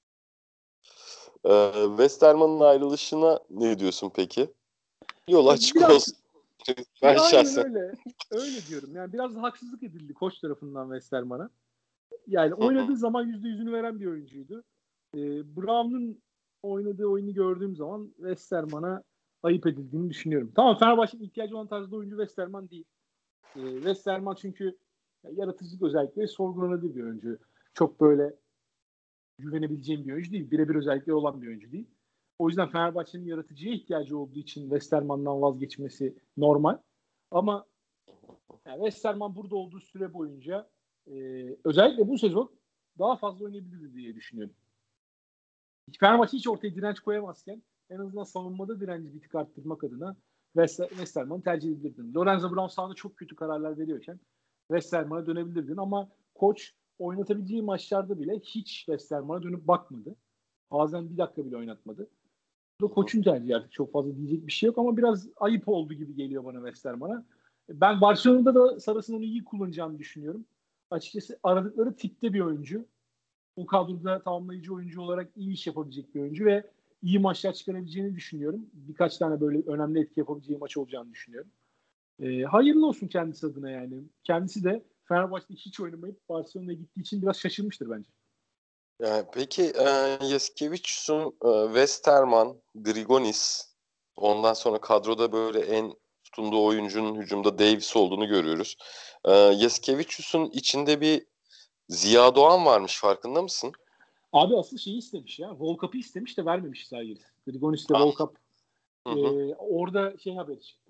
Westerman'ın ayrılışına ne diyorsun peki? Yol açık Biraz olsun. Ben aynen şahsen. öyle. Öyle diyorum. Yani biraz da haksızlık edildi koç tarafından Westerman'a. Yani Hı hı. oynadığı zaman %100'ünü veren bir oyuncuydu. Brown'un oynadığı oyunu gördüğüm zaman Westerman'a ayıp edildiğini düşünüyorum. Tamam, Fenerbahçe'nin ihtiyacı olan tarzda oyuncu Westerman değil. Westerman çünkü yaratıcılık özellikleri sorgulanabilir bir oyuncu. Çok böyle güvenebileceğim bir oyuncu değil. Birebir özellikleri olan bir oyuncu değil. O yüzden Fenerbahçe'nin yaratıcıya ihtiyacı olduğu için Westerman'dan vazgeçmesi normal. Ama yani Westerman burada olduğu süre boyunca özellikle bu sezon daha fazla oynayabilirdi diye düşünüyorum. Fenerbahçe hiç ortaya direnç koyamazken en azından savunmada direnci bir tık arttırmak adına Westerman'ı tercih edebilirdin. Lorenzo Brown sahada çok kötü kararlar veriyorken Westerman'a dönebilirdin ama koç oynatabileceği maçlarda bile hiç Westerman'a dönüp bakmadı. Bazen bir dakika bile oynatmadı. Bu da koçun tercihi, artık çok fazla diyecek bir şey yok ama biraz ayıp oldu gibi geliyor bana Westerman'a. Ben Barcelona'da da Saras'ın onu iyi kullanacağını düşünüyorum. Açıkçası aradıkları tipte bir oyuncu. O kadroda tamamlayıcı oyuncu olarak iyi iş yapabilecek bir oyuncu ve iyi maçlar çıkarabileceğini düşünüyorum. Birkaç tane böyle önemli etki yapabileceği maç olacağını düşünüyorum. Hayırlı olsun kendisi adına yani. Kendisi de Fenerbahçe'de hiç oynamayıp Barcelona'ya gittiği için biraz şaşırmıştır bence. Yani peki Yasikevicius'un Westerman, Grigonis ondan sonra kadroda böyle en tutunduğu oyuncunun hücumda Davis olduğunu görüyoruz. Yasikevicius'un içinde bir Ziya Doğan varmış farkında mısın? Abi asıl şeyi istemiş ya. World Cup'ı istemiş de vermemiş Zalgiris. Grigonis'te Ah, World Cup. hı hı. Orada şey haberi çıktı.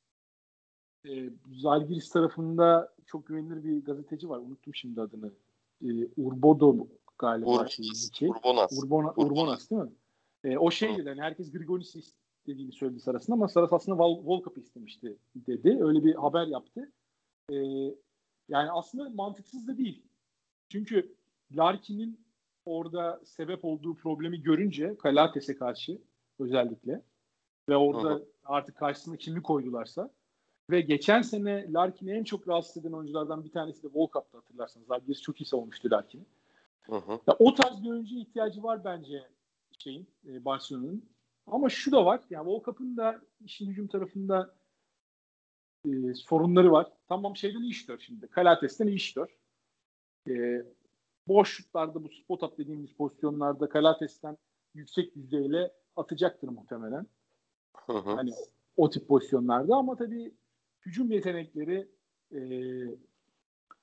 Zalgiris tarafında çok güvenilir bir gazeteci var. Unuttum şimdi adını. Urbodo galiba şeyin Urbonas. iki. Urbonas. Urbonas. Urbonas değil mi? O Hı şey dedi. Yani herkes Grigonis'i istediğini söyledi Saras'ın ama Saras aslında Volkap'ı istemişti dedi. Öyle bir haber yaptı. E, Yani aslında mantıksız da değil. Çünkü Larkin'in orada sebep olduğu problemi görünce Kalates'e karşı özellikle ve Hı hı. orada artık karşısına kimi koydularsa ve geçen sene Larkin'i en çok rahatsız eden oyunculardan bir tanesi de Volkap'tı, hatırlarsanız. Zalgiris çok iyi savunmuştu Larkin'i. Hı hı. Ya, o tarz bir oyuncuya ihtiyacı var bence Barcelona'nın. Ama şu da var. Yani Volkap'ın da işin hücum tarafında sorunları var. Tamam, şeyden iyi işliyor şimdi. Kalates'ten iyi işliyor. E, Boş şutlarda, bu spot up dediğimiz pozisyonlarda Kalates'ten yüksek yüzdeyle atacaktır muhtemelen. Hı hı. Hani o tip pozisyonlarda ama tabii hücum yetenekleri e,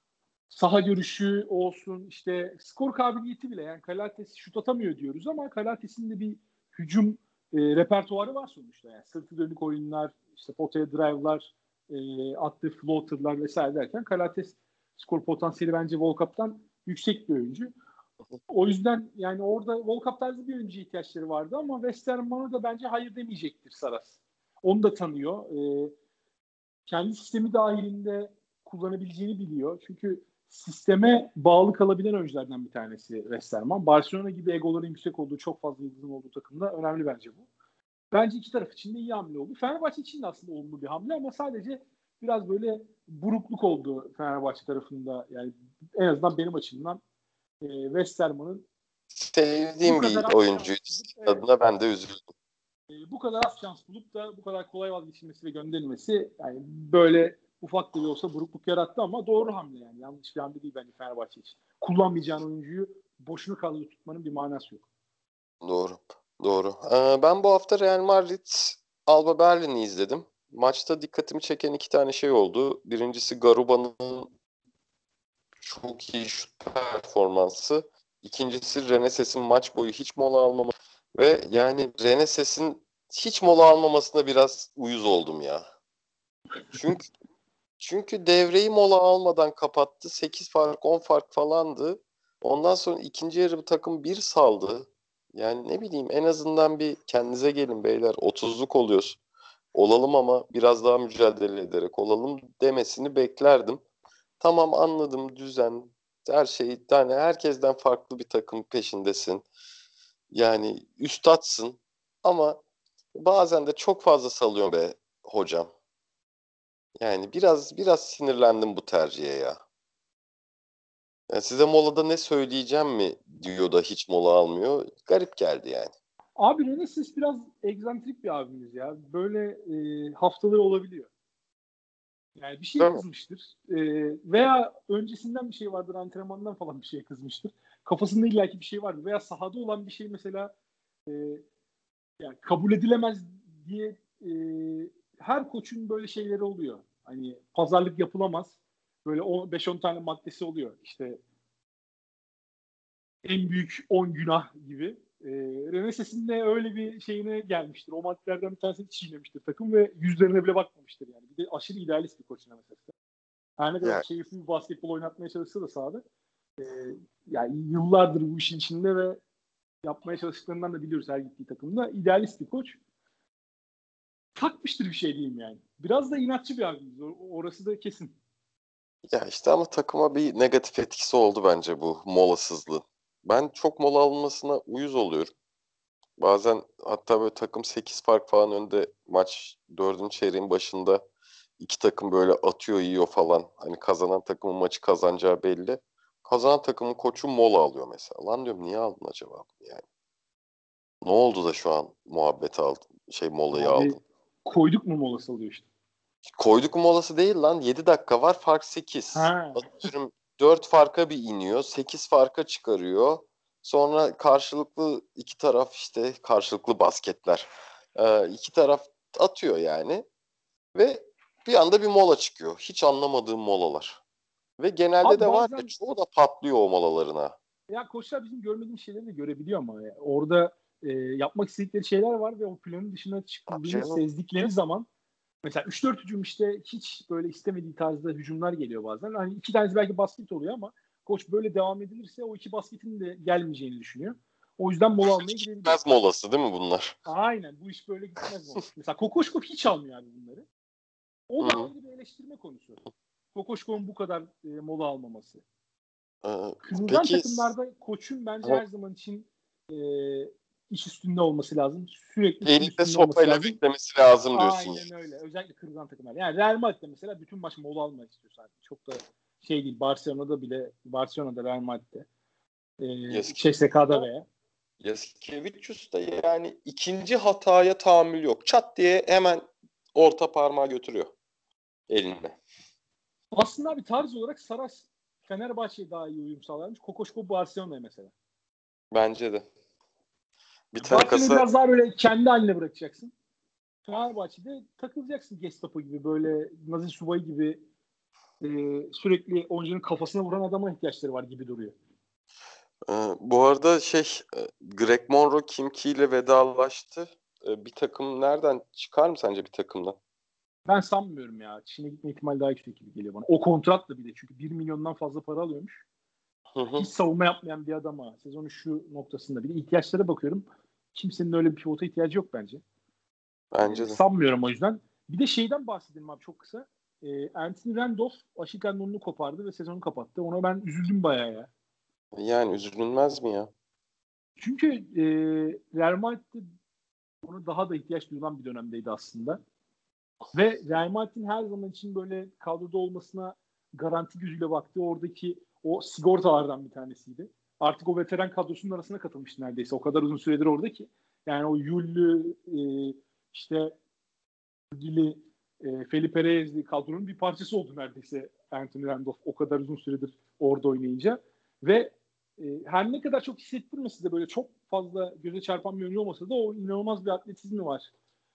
saha görüşü olsun, işte skor kabiliyeti bile, yani Kalates şut atamıyor diyoruz ama Kalates'in de bir hücum repertuarı var sonuçta. Yani sırtı dönük oyunlar, işte potaya drive'lar, attığı floater'lar vesaire derken Kalates skor potansiyeli bence World Cup'tan yüksek bir oyuncu. O yüzden yani orada World Cup tarzı bir oyuncu ihtiyaçları vardı ama Westerman'a da bence hayır demeyecektir Saras. Onu da tanıyor. Kendi sistemi dahilinde kullanabileceğini biliyor. Çünkü sisteme bağlı kalabilen oyunculardan bir tanesi Westerman. Barcelona gibi egoların yüksek olduğu, çok fazla yıldızın olduğu takımda önemli bence bu. Bence iki taraf için de iyi hamle oldu. Fenerbahçe için de aslında olumlu bir hamle ama sadece biraz böyle burukluk oldu Fenerbahçe tarafında. Yani en azından benim açımdan Westerman'ın bu Sevdiğim kadar bir az şans oyuncuydu. bulup, evet, Adına ben de üzüldüm. bu kadar az şans bulup da bu kadar kolay vazgeçilmesi ve gönderilmesi yani böyle ufak da bir olsa burukluk yarattı ama doğru hamle yani. Yanlış bir hamle değil bence Fenerbahçe için. Kullanmayacağın oyuncuyu boşuna kadroda tutmanın bir manası yok. Doğru. Doğru. Ben bu hafta Real Madrid Alba Berlin'i izledim. Maçta dikkatimi çeken iki tane şey oldu. Birincisi Garuba'nın çok iyi şut performansı. İkincisi Reneses'in maç boyu hiç mola almaması. Ve yani Reneses'in hiç mola almamasına biraz uyuz oldum ya. Çünkü devreyi mola almadan kapattı. 8 fark 10 fark falandı. Ondan sonra ikinci yarı bu takım bir saldı. Yani ne bileyim en azından bir kendinize gelin beyler. 30'luk oluyoruz. Olalım ama biraz daha mücadele ederek olalım demesini beklerdim. Tamam anladım düzen her şey yani herkesten farklı bir takım peşindesin. Yani üstadsın ama bazen de çok fazla salıyor be hocam. Yani biraz sinirlendim bu tercihe ya. Yani size molada ne söyleyeceğim mi diyor da hiç mola almıyor. Garip geldi yani. Abi Renesis biraz egzantrik bir abimiz ya. Böyle haftaları olabiliyor. Yani bir şey Değil mi? kızmıştır. Veya öncesinden bir şey vardır, antrenmandan falan bir şey kızmıştır. Kafasında illaki bir şey vardır. Veya sahada olan bir şey mesela e, yani kabul edilemez diye her koçun böyle şeyleri oluyor. Hani pazarlık yapılamaz. Böyle 5-10 tane maddesi oluyor. İşte en büyük 10 günah gibi. Reneses'in de öyle bir şeyine gelmiştir. O maddelerden bir tanesini çiğnemiştir takım ve yüzlerine bile bakmamıştır yani. Bir de aşırı idealist bir koç Reneses'te. Her ne kadar Yani, keyifli bir basketbol oynatmaya çalışsa da sahada e, yani yıllardır bu işin içinde ve yapmaya çalıştıklarından da biliyoruz her gittiği takımda. İdealist bir koç. Takmıştır bir şey diyeyim yani. Biraz da inatçı bir abimiz. Orası da kesin. ya işte ama takıma bir negatif etkisi oldu bence bu molasızlığı. Ben çok mola alınmasına uyuz oluyorum. Bazen hatta böyle takım 8 fark falan önde maç 4. çeyreğin başında iki takım böyle atıyor yiyor falan. Hani kazanan takımın maçı kazanacağı belli. Kazanan takımın koçu mola alıyor mesela. Lan diyorum niye aldın acaba bunu yani? Ne oldu da şu an muhabbeti aldın? Molayı Abi aldın. koyduk mu molası oluyor işte. Koyduk molası değil lan. 7 dakika var fark 8. Ha. Atıyorum 4 farka bir iniyor. 8 farka çıkarıyor. Sonra karşılıklı iki taraf işte karşılıklı basketler. İki taraf atıyor yani. Ve bir anda bir mola çıkıyor. Hiç anlamadığım molalar. Ve genelde Abi de var ya bazen çoğu da patlıyor o molalarına. ya koçlar bizim görmediğimiz şeyleri de görebiliyor ama ya. Orada yapmak istedikleri şeyler var ve o planın dışına Abi çıkıldığını canım. sezdikleri zaman mesela 3-4 hücum işte hiç böyle istemediği tarzda hücumlar geliyor bazen. Hani iki tanesi belki basket oluyor ama koç böyle devam edilirse o iki basketin de gelmeyeceğini düşünüyor. O yüzden mola almaya gidebiliyor. Gitmez molası değil mi bunlar? Aynen bu iş böyle gitmez molası. Mesela Kokoşkov hiç almıyor abi bunları. Hı O da hı. ayrı bir eleştirme konusu. Kokoşkov'un bu kadar mola almaması. Kırılgan Peki takımlarda koçun bence her zaman için e, iş üstünde olması lazım. Sürekli topu elinde üstünde olması sopayla lazım. beklemesi lazım diyorsun Aynen yani. öyle. Özellikle kırılgan takımlar. Yani Real Madrid'de mesela bütün maç mola almak istiyor zaten. Çok da şey değil. Barcelona'da Real Madrid'de. CSK'da veya. Yasikevicius da yani ikinci hataya tahammül yok. Çat diye hemen orta parmağı götürüyor eline. Aslında bir tarz olarak Saras Fenerbahçe'ye daha iyi uyum sağlarmış. Kokoşko Barcelona'ya mesela. Bence de. Bir tane Barcelona'yı kasa biraz daha böyle kendi haline bırakacaksın. Fenerbahçe'de takılacaksın Gestapo gibi böyle Nazi Subayı gibi sürekli oyuncunun kafasına vuran adama ihtiyaçları var gibi duruyor. Bu arada Greg Monroe Kim Key ile vedalaştı. Bir takım nereden çıkar mı sence bir takımdan? Ben sanmıyorum ya. Çin'e gitme ihtimali daha yüksek gibi geliyor bana. O kontratla bir de çünkü 1 milyondan fazla para alıyormuş. Hiç savunma yapmayan bir adama sezonun şu noktasında bir de ihtiyaçlara bakıyorum. Kimsenin öyle bir pivota ihtiyacı yok bence. Bence de. Sanmıyorum o yüzden. Bir de şeyden bahsedelim abi çok kısa. Anthony Randolph Aşil tendonunu kopardı ve sezonu kapattı. Ona ben üzüldüm bayağı ya. Yani üzülünmez mi ya? Çünkü Real Madrid'de ona daha da ihtiyaç duyulan bir dönemdeydi aslında. Ve Real Madrid'in her zaman için böyle kadroda olmasına garanti gözüyle baktığı oradaki o sigortalardan bir tanesiydi. Artık o veteran kadrosunun arasına katılmıştı neredeyse. O kadar uzun süredir orada ki. Yani o Yullü işte ilgili Felipe Reyes'li kadronun bir parçası oldu neredeyse Anthony Randolph o kadar uzun süredir orada oynayınca. Ve her ne kadar çok hissettirmese de böyle çok fazla göze çarpan bir oyuncu olmasa da o inanılmaz bir atletizmi var.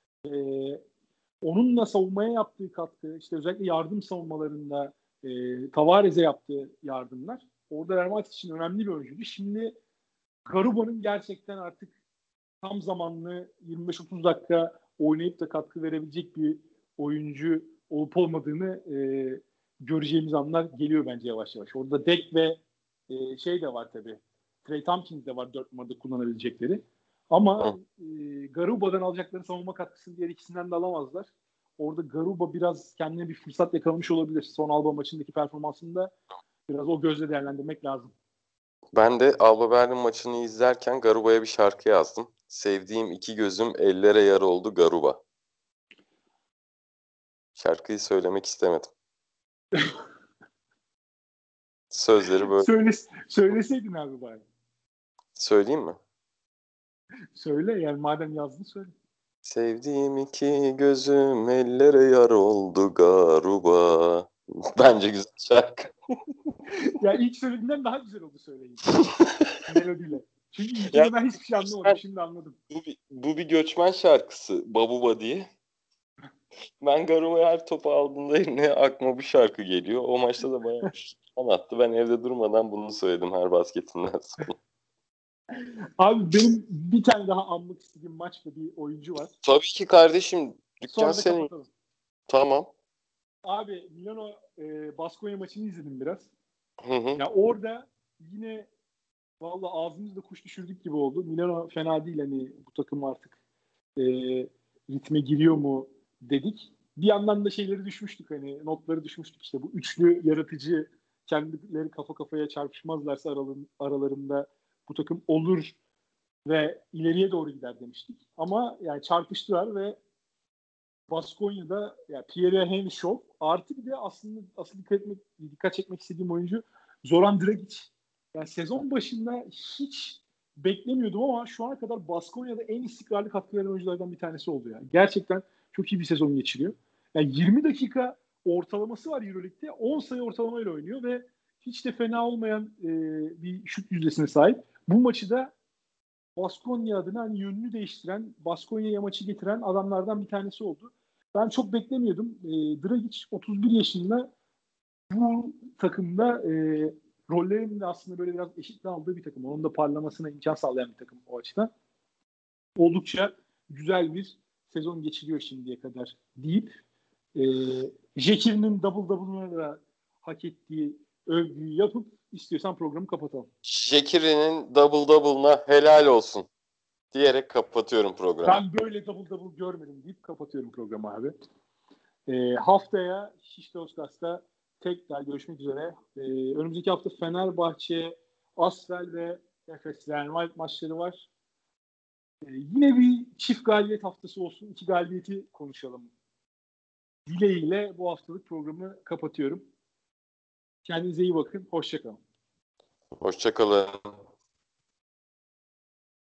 Onunla savunmaya yaptığı katkı, işte özellikle yardım savunmalarında Tavares'e yaptığı yardımlar orada Real Madrid için önemli bir oyuncuydu. Şimdi Garuba'nın gerçekten artık tam zamanlı 25-30 dakika oynayıp da katkı verebilecek bir oyuncu olup olmadığını göreceğimiz anlar geliyor bence yavaş yavaş. Orada Dek ve şey de var tabii. Trey Tompkins de var 4 numarada kullanabilecekleri. Ama Garuba'dan alacakları savunma katkısını diğer ikisinden de alamazlar. Orada Garuba biraz kendine bir fırsat yakalamış olabilir. Son Alba maçındaki performansında biraz o gözle değerlendirmek lazım. Ben de Alba Berlin maçını izlerken Garuba'ya bir şarkı yazdım. Sevdiğim iki gözüm ellere yar oldu Garuba. Şarkıyı söylemek istemedim. Sözleri böyle. Söyleseydin abi bari. Söyleyeyim mi? Söyle yani madem yazdın söyle. Sevdiğim iki gözüm ellere yar oldu Garuba. Bence güzel şarkı. Ya ilk söylediğinden daha güzel oldu söyleyince. Melodiyle. Çünkü ilkinde ben hiçbir şey anlamadım. Şimdi anladım. Bu bir göçmen şarkısı. Babuba diye. Ben Garuba'ya her topu aldığımda eline aklıma bu şarkı geliyor. O maçta da bayağı attı. Ben evde durmadan bunu söyledim her basketinden sonra. Abi benim bir tane daha anmak istediğim maç ve bir oyuncu var. Tabii ki kardeşim. Dükkan Sonra da senin. kapatalım. Tamam. Abi Milano Baskonya maçını izledim biraz. Hı hı. Ya orada yine vallahi ağzımızda kuş düşürdük gibi oldu. Milano fena değil hani bu takım artık ritme giriyor mu dedik. Bir yandan da şeyleri düşmüştük hani notları düşmüştük işte bu üçlü yaratıcı kendileri kafa kafaya çarpışmazlarsa aralarında bu takım olur ve ileriye doğru gider demiştik. Ama yani çarpıştılar ve Baskonya'da yani Pierre Henshov artı bir de aslında asıl dikkat çekmek istediğim oyuncu Zoran Dragic. Yani sezon başında hiç beklemiyordum ama şu ana kadar Baskonya'da en istikrarlı katkı veren oyunculardan bir tanesi oldu yani. Gerçekten çok iyi bir sezon geçiriyor. Yani 20 dakika ortalaması var EuroLeague'de. 10 sayı ortalamayla oynuyor ve hiç de fena olmayan bir şut yüzdesine sahip. Bu maçı da Baskonya adına hani yönünü değiştiren, Baskonya'ya maçı getiren adamlardan bir tanesi oldu. Ben çok beklemiyordum. Dragic 31 yaşında bu takımda rollerin de aslında böyle biraz eşit dağıldığı bir takım. Onun da parlamasına imkan sağlayan bir takım o açıdan. Oldukça güzel bir sezon geçiriyor şimdiye kadar deyip Jekir'in double-double'ına da hak ettiği övgüyü yapıp istiyorsan programı kapatalım. Şekir'in double'ına helal olsun diyerek kapatıyorum programı. Ben böyle double görmedim deyip kapatıyorum programı abi. Haftaya Şişli Ostas'ta tekrar görüşmek üzere. Önümüzdeki hafta Fenerbahçe, Asvel ve Efes Real Madrid maçları var. Yine bir çift galibiyet haftası olsun. 2 galibiyeti konuşalım. Dileğiyle bu haftalık programı kapatıyorum. Kendinize iyi bakın. Hoşça kalın. Hoşça kalın.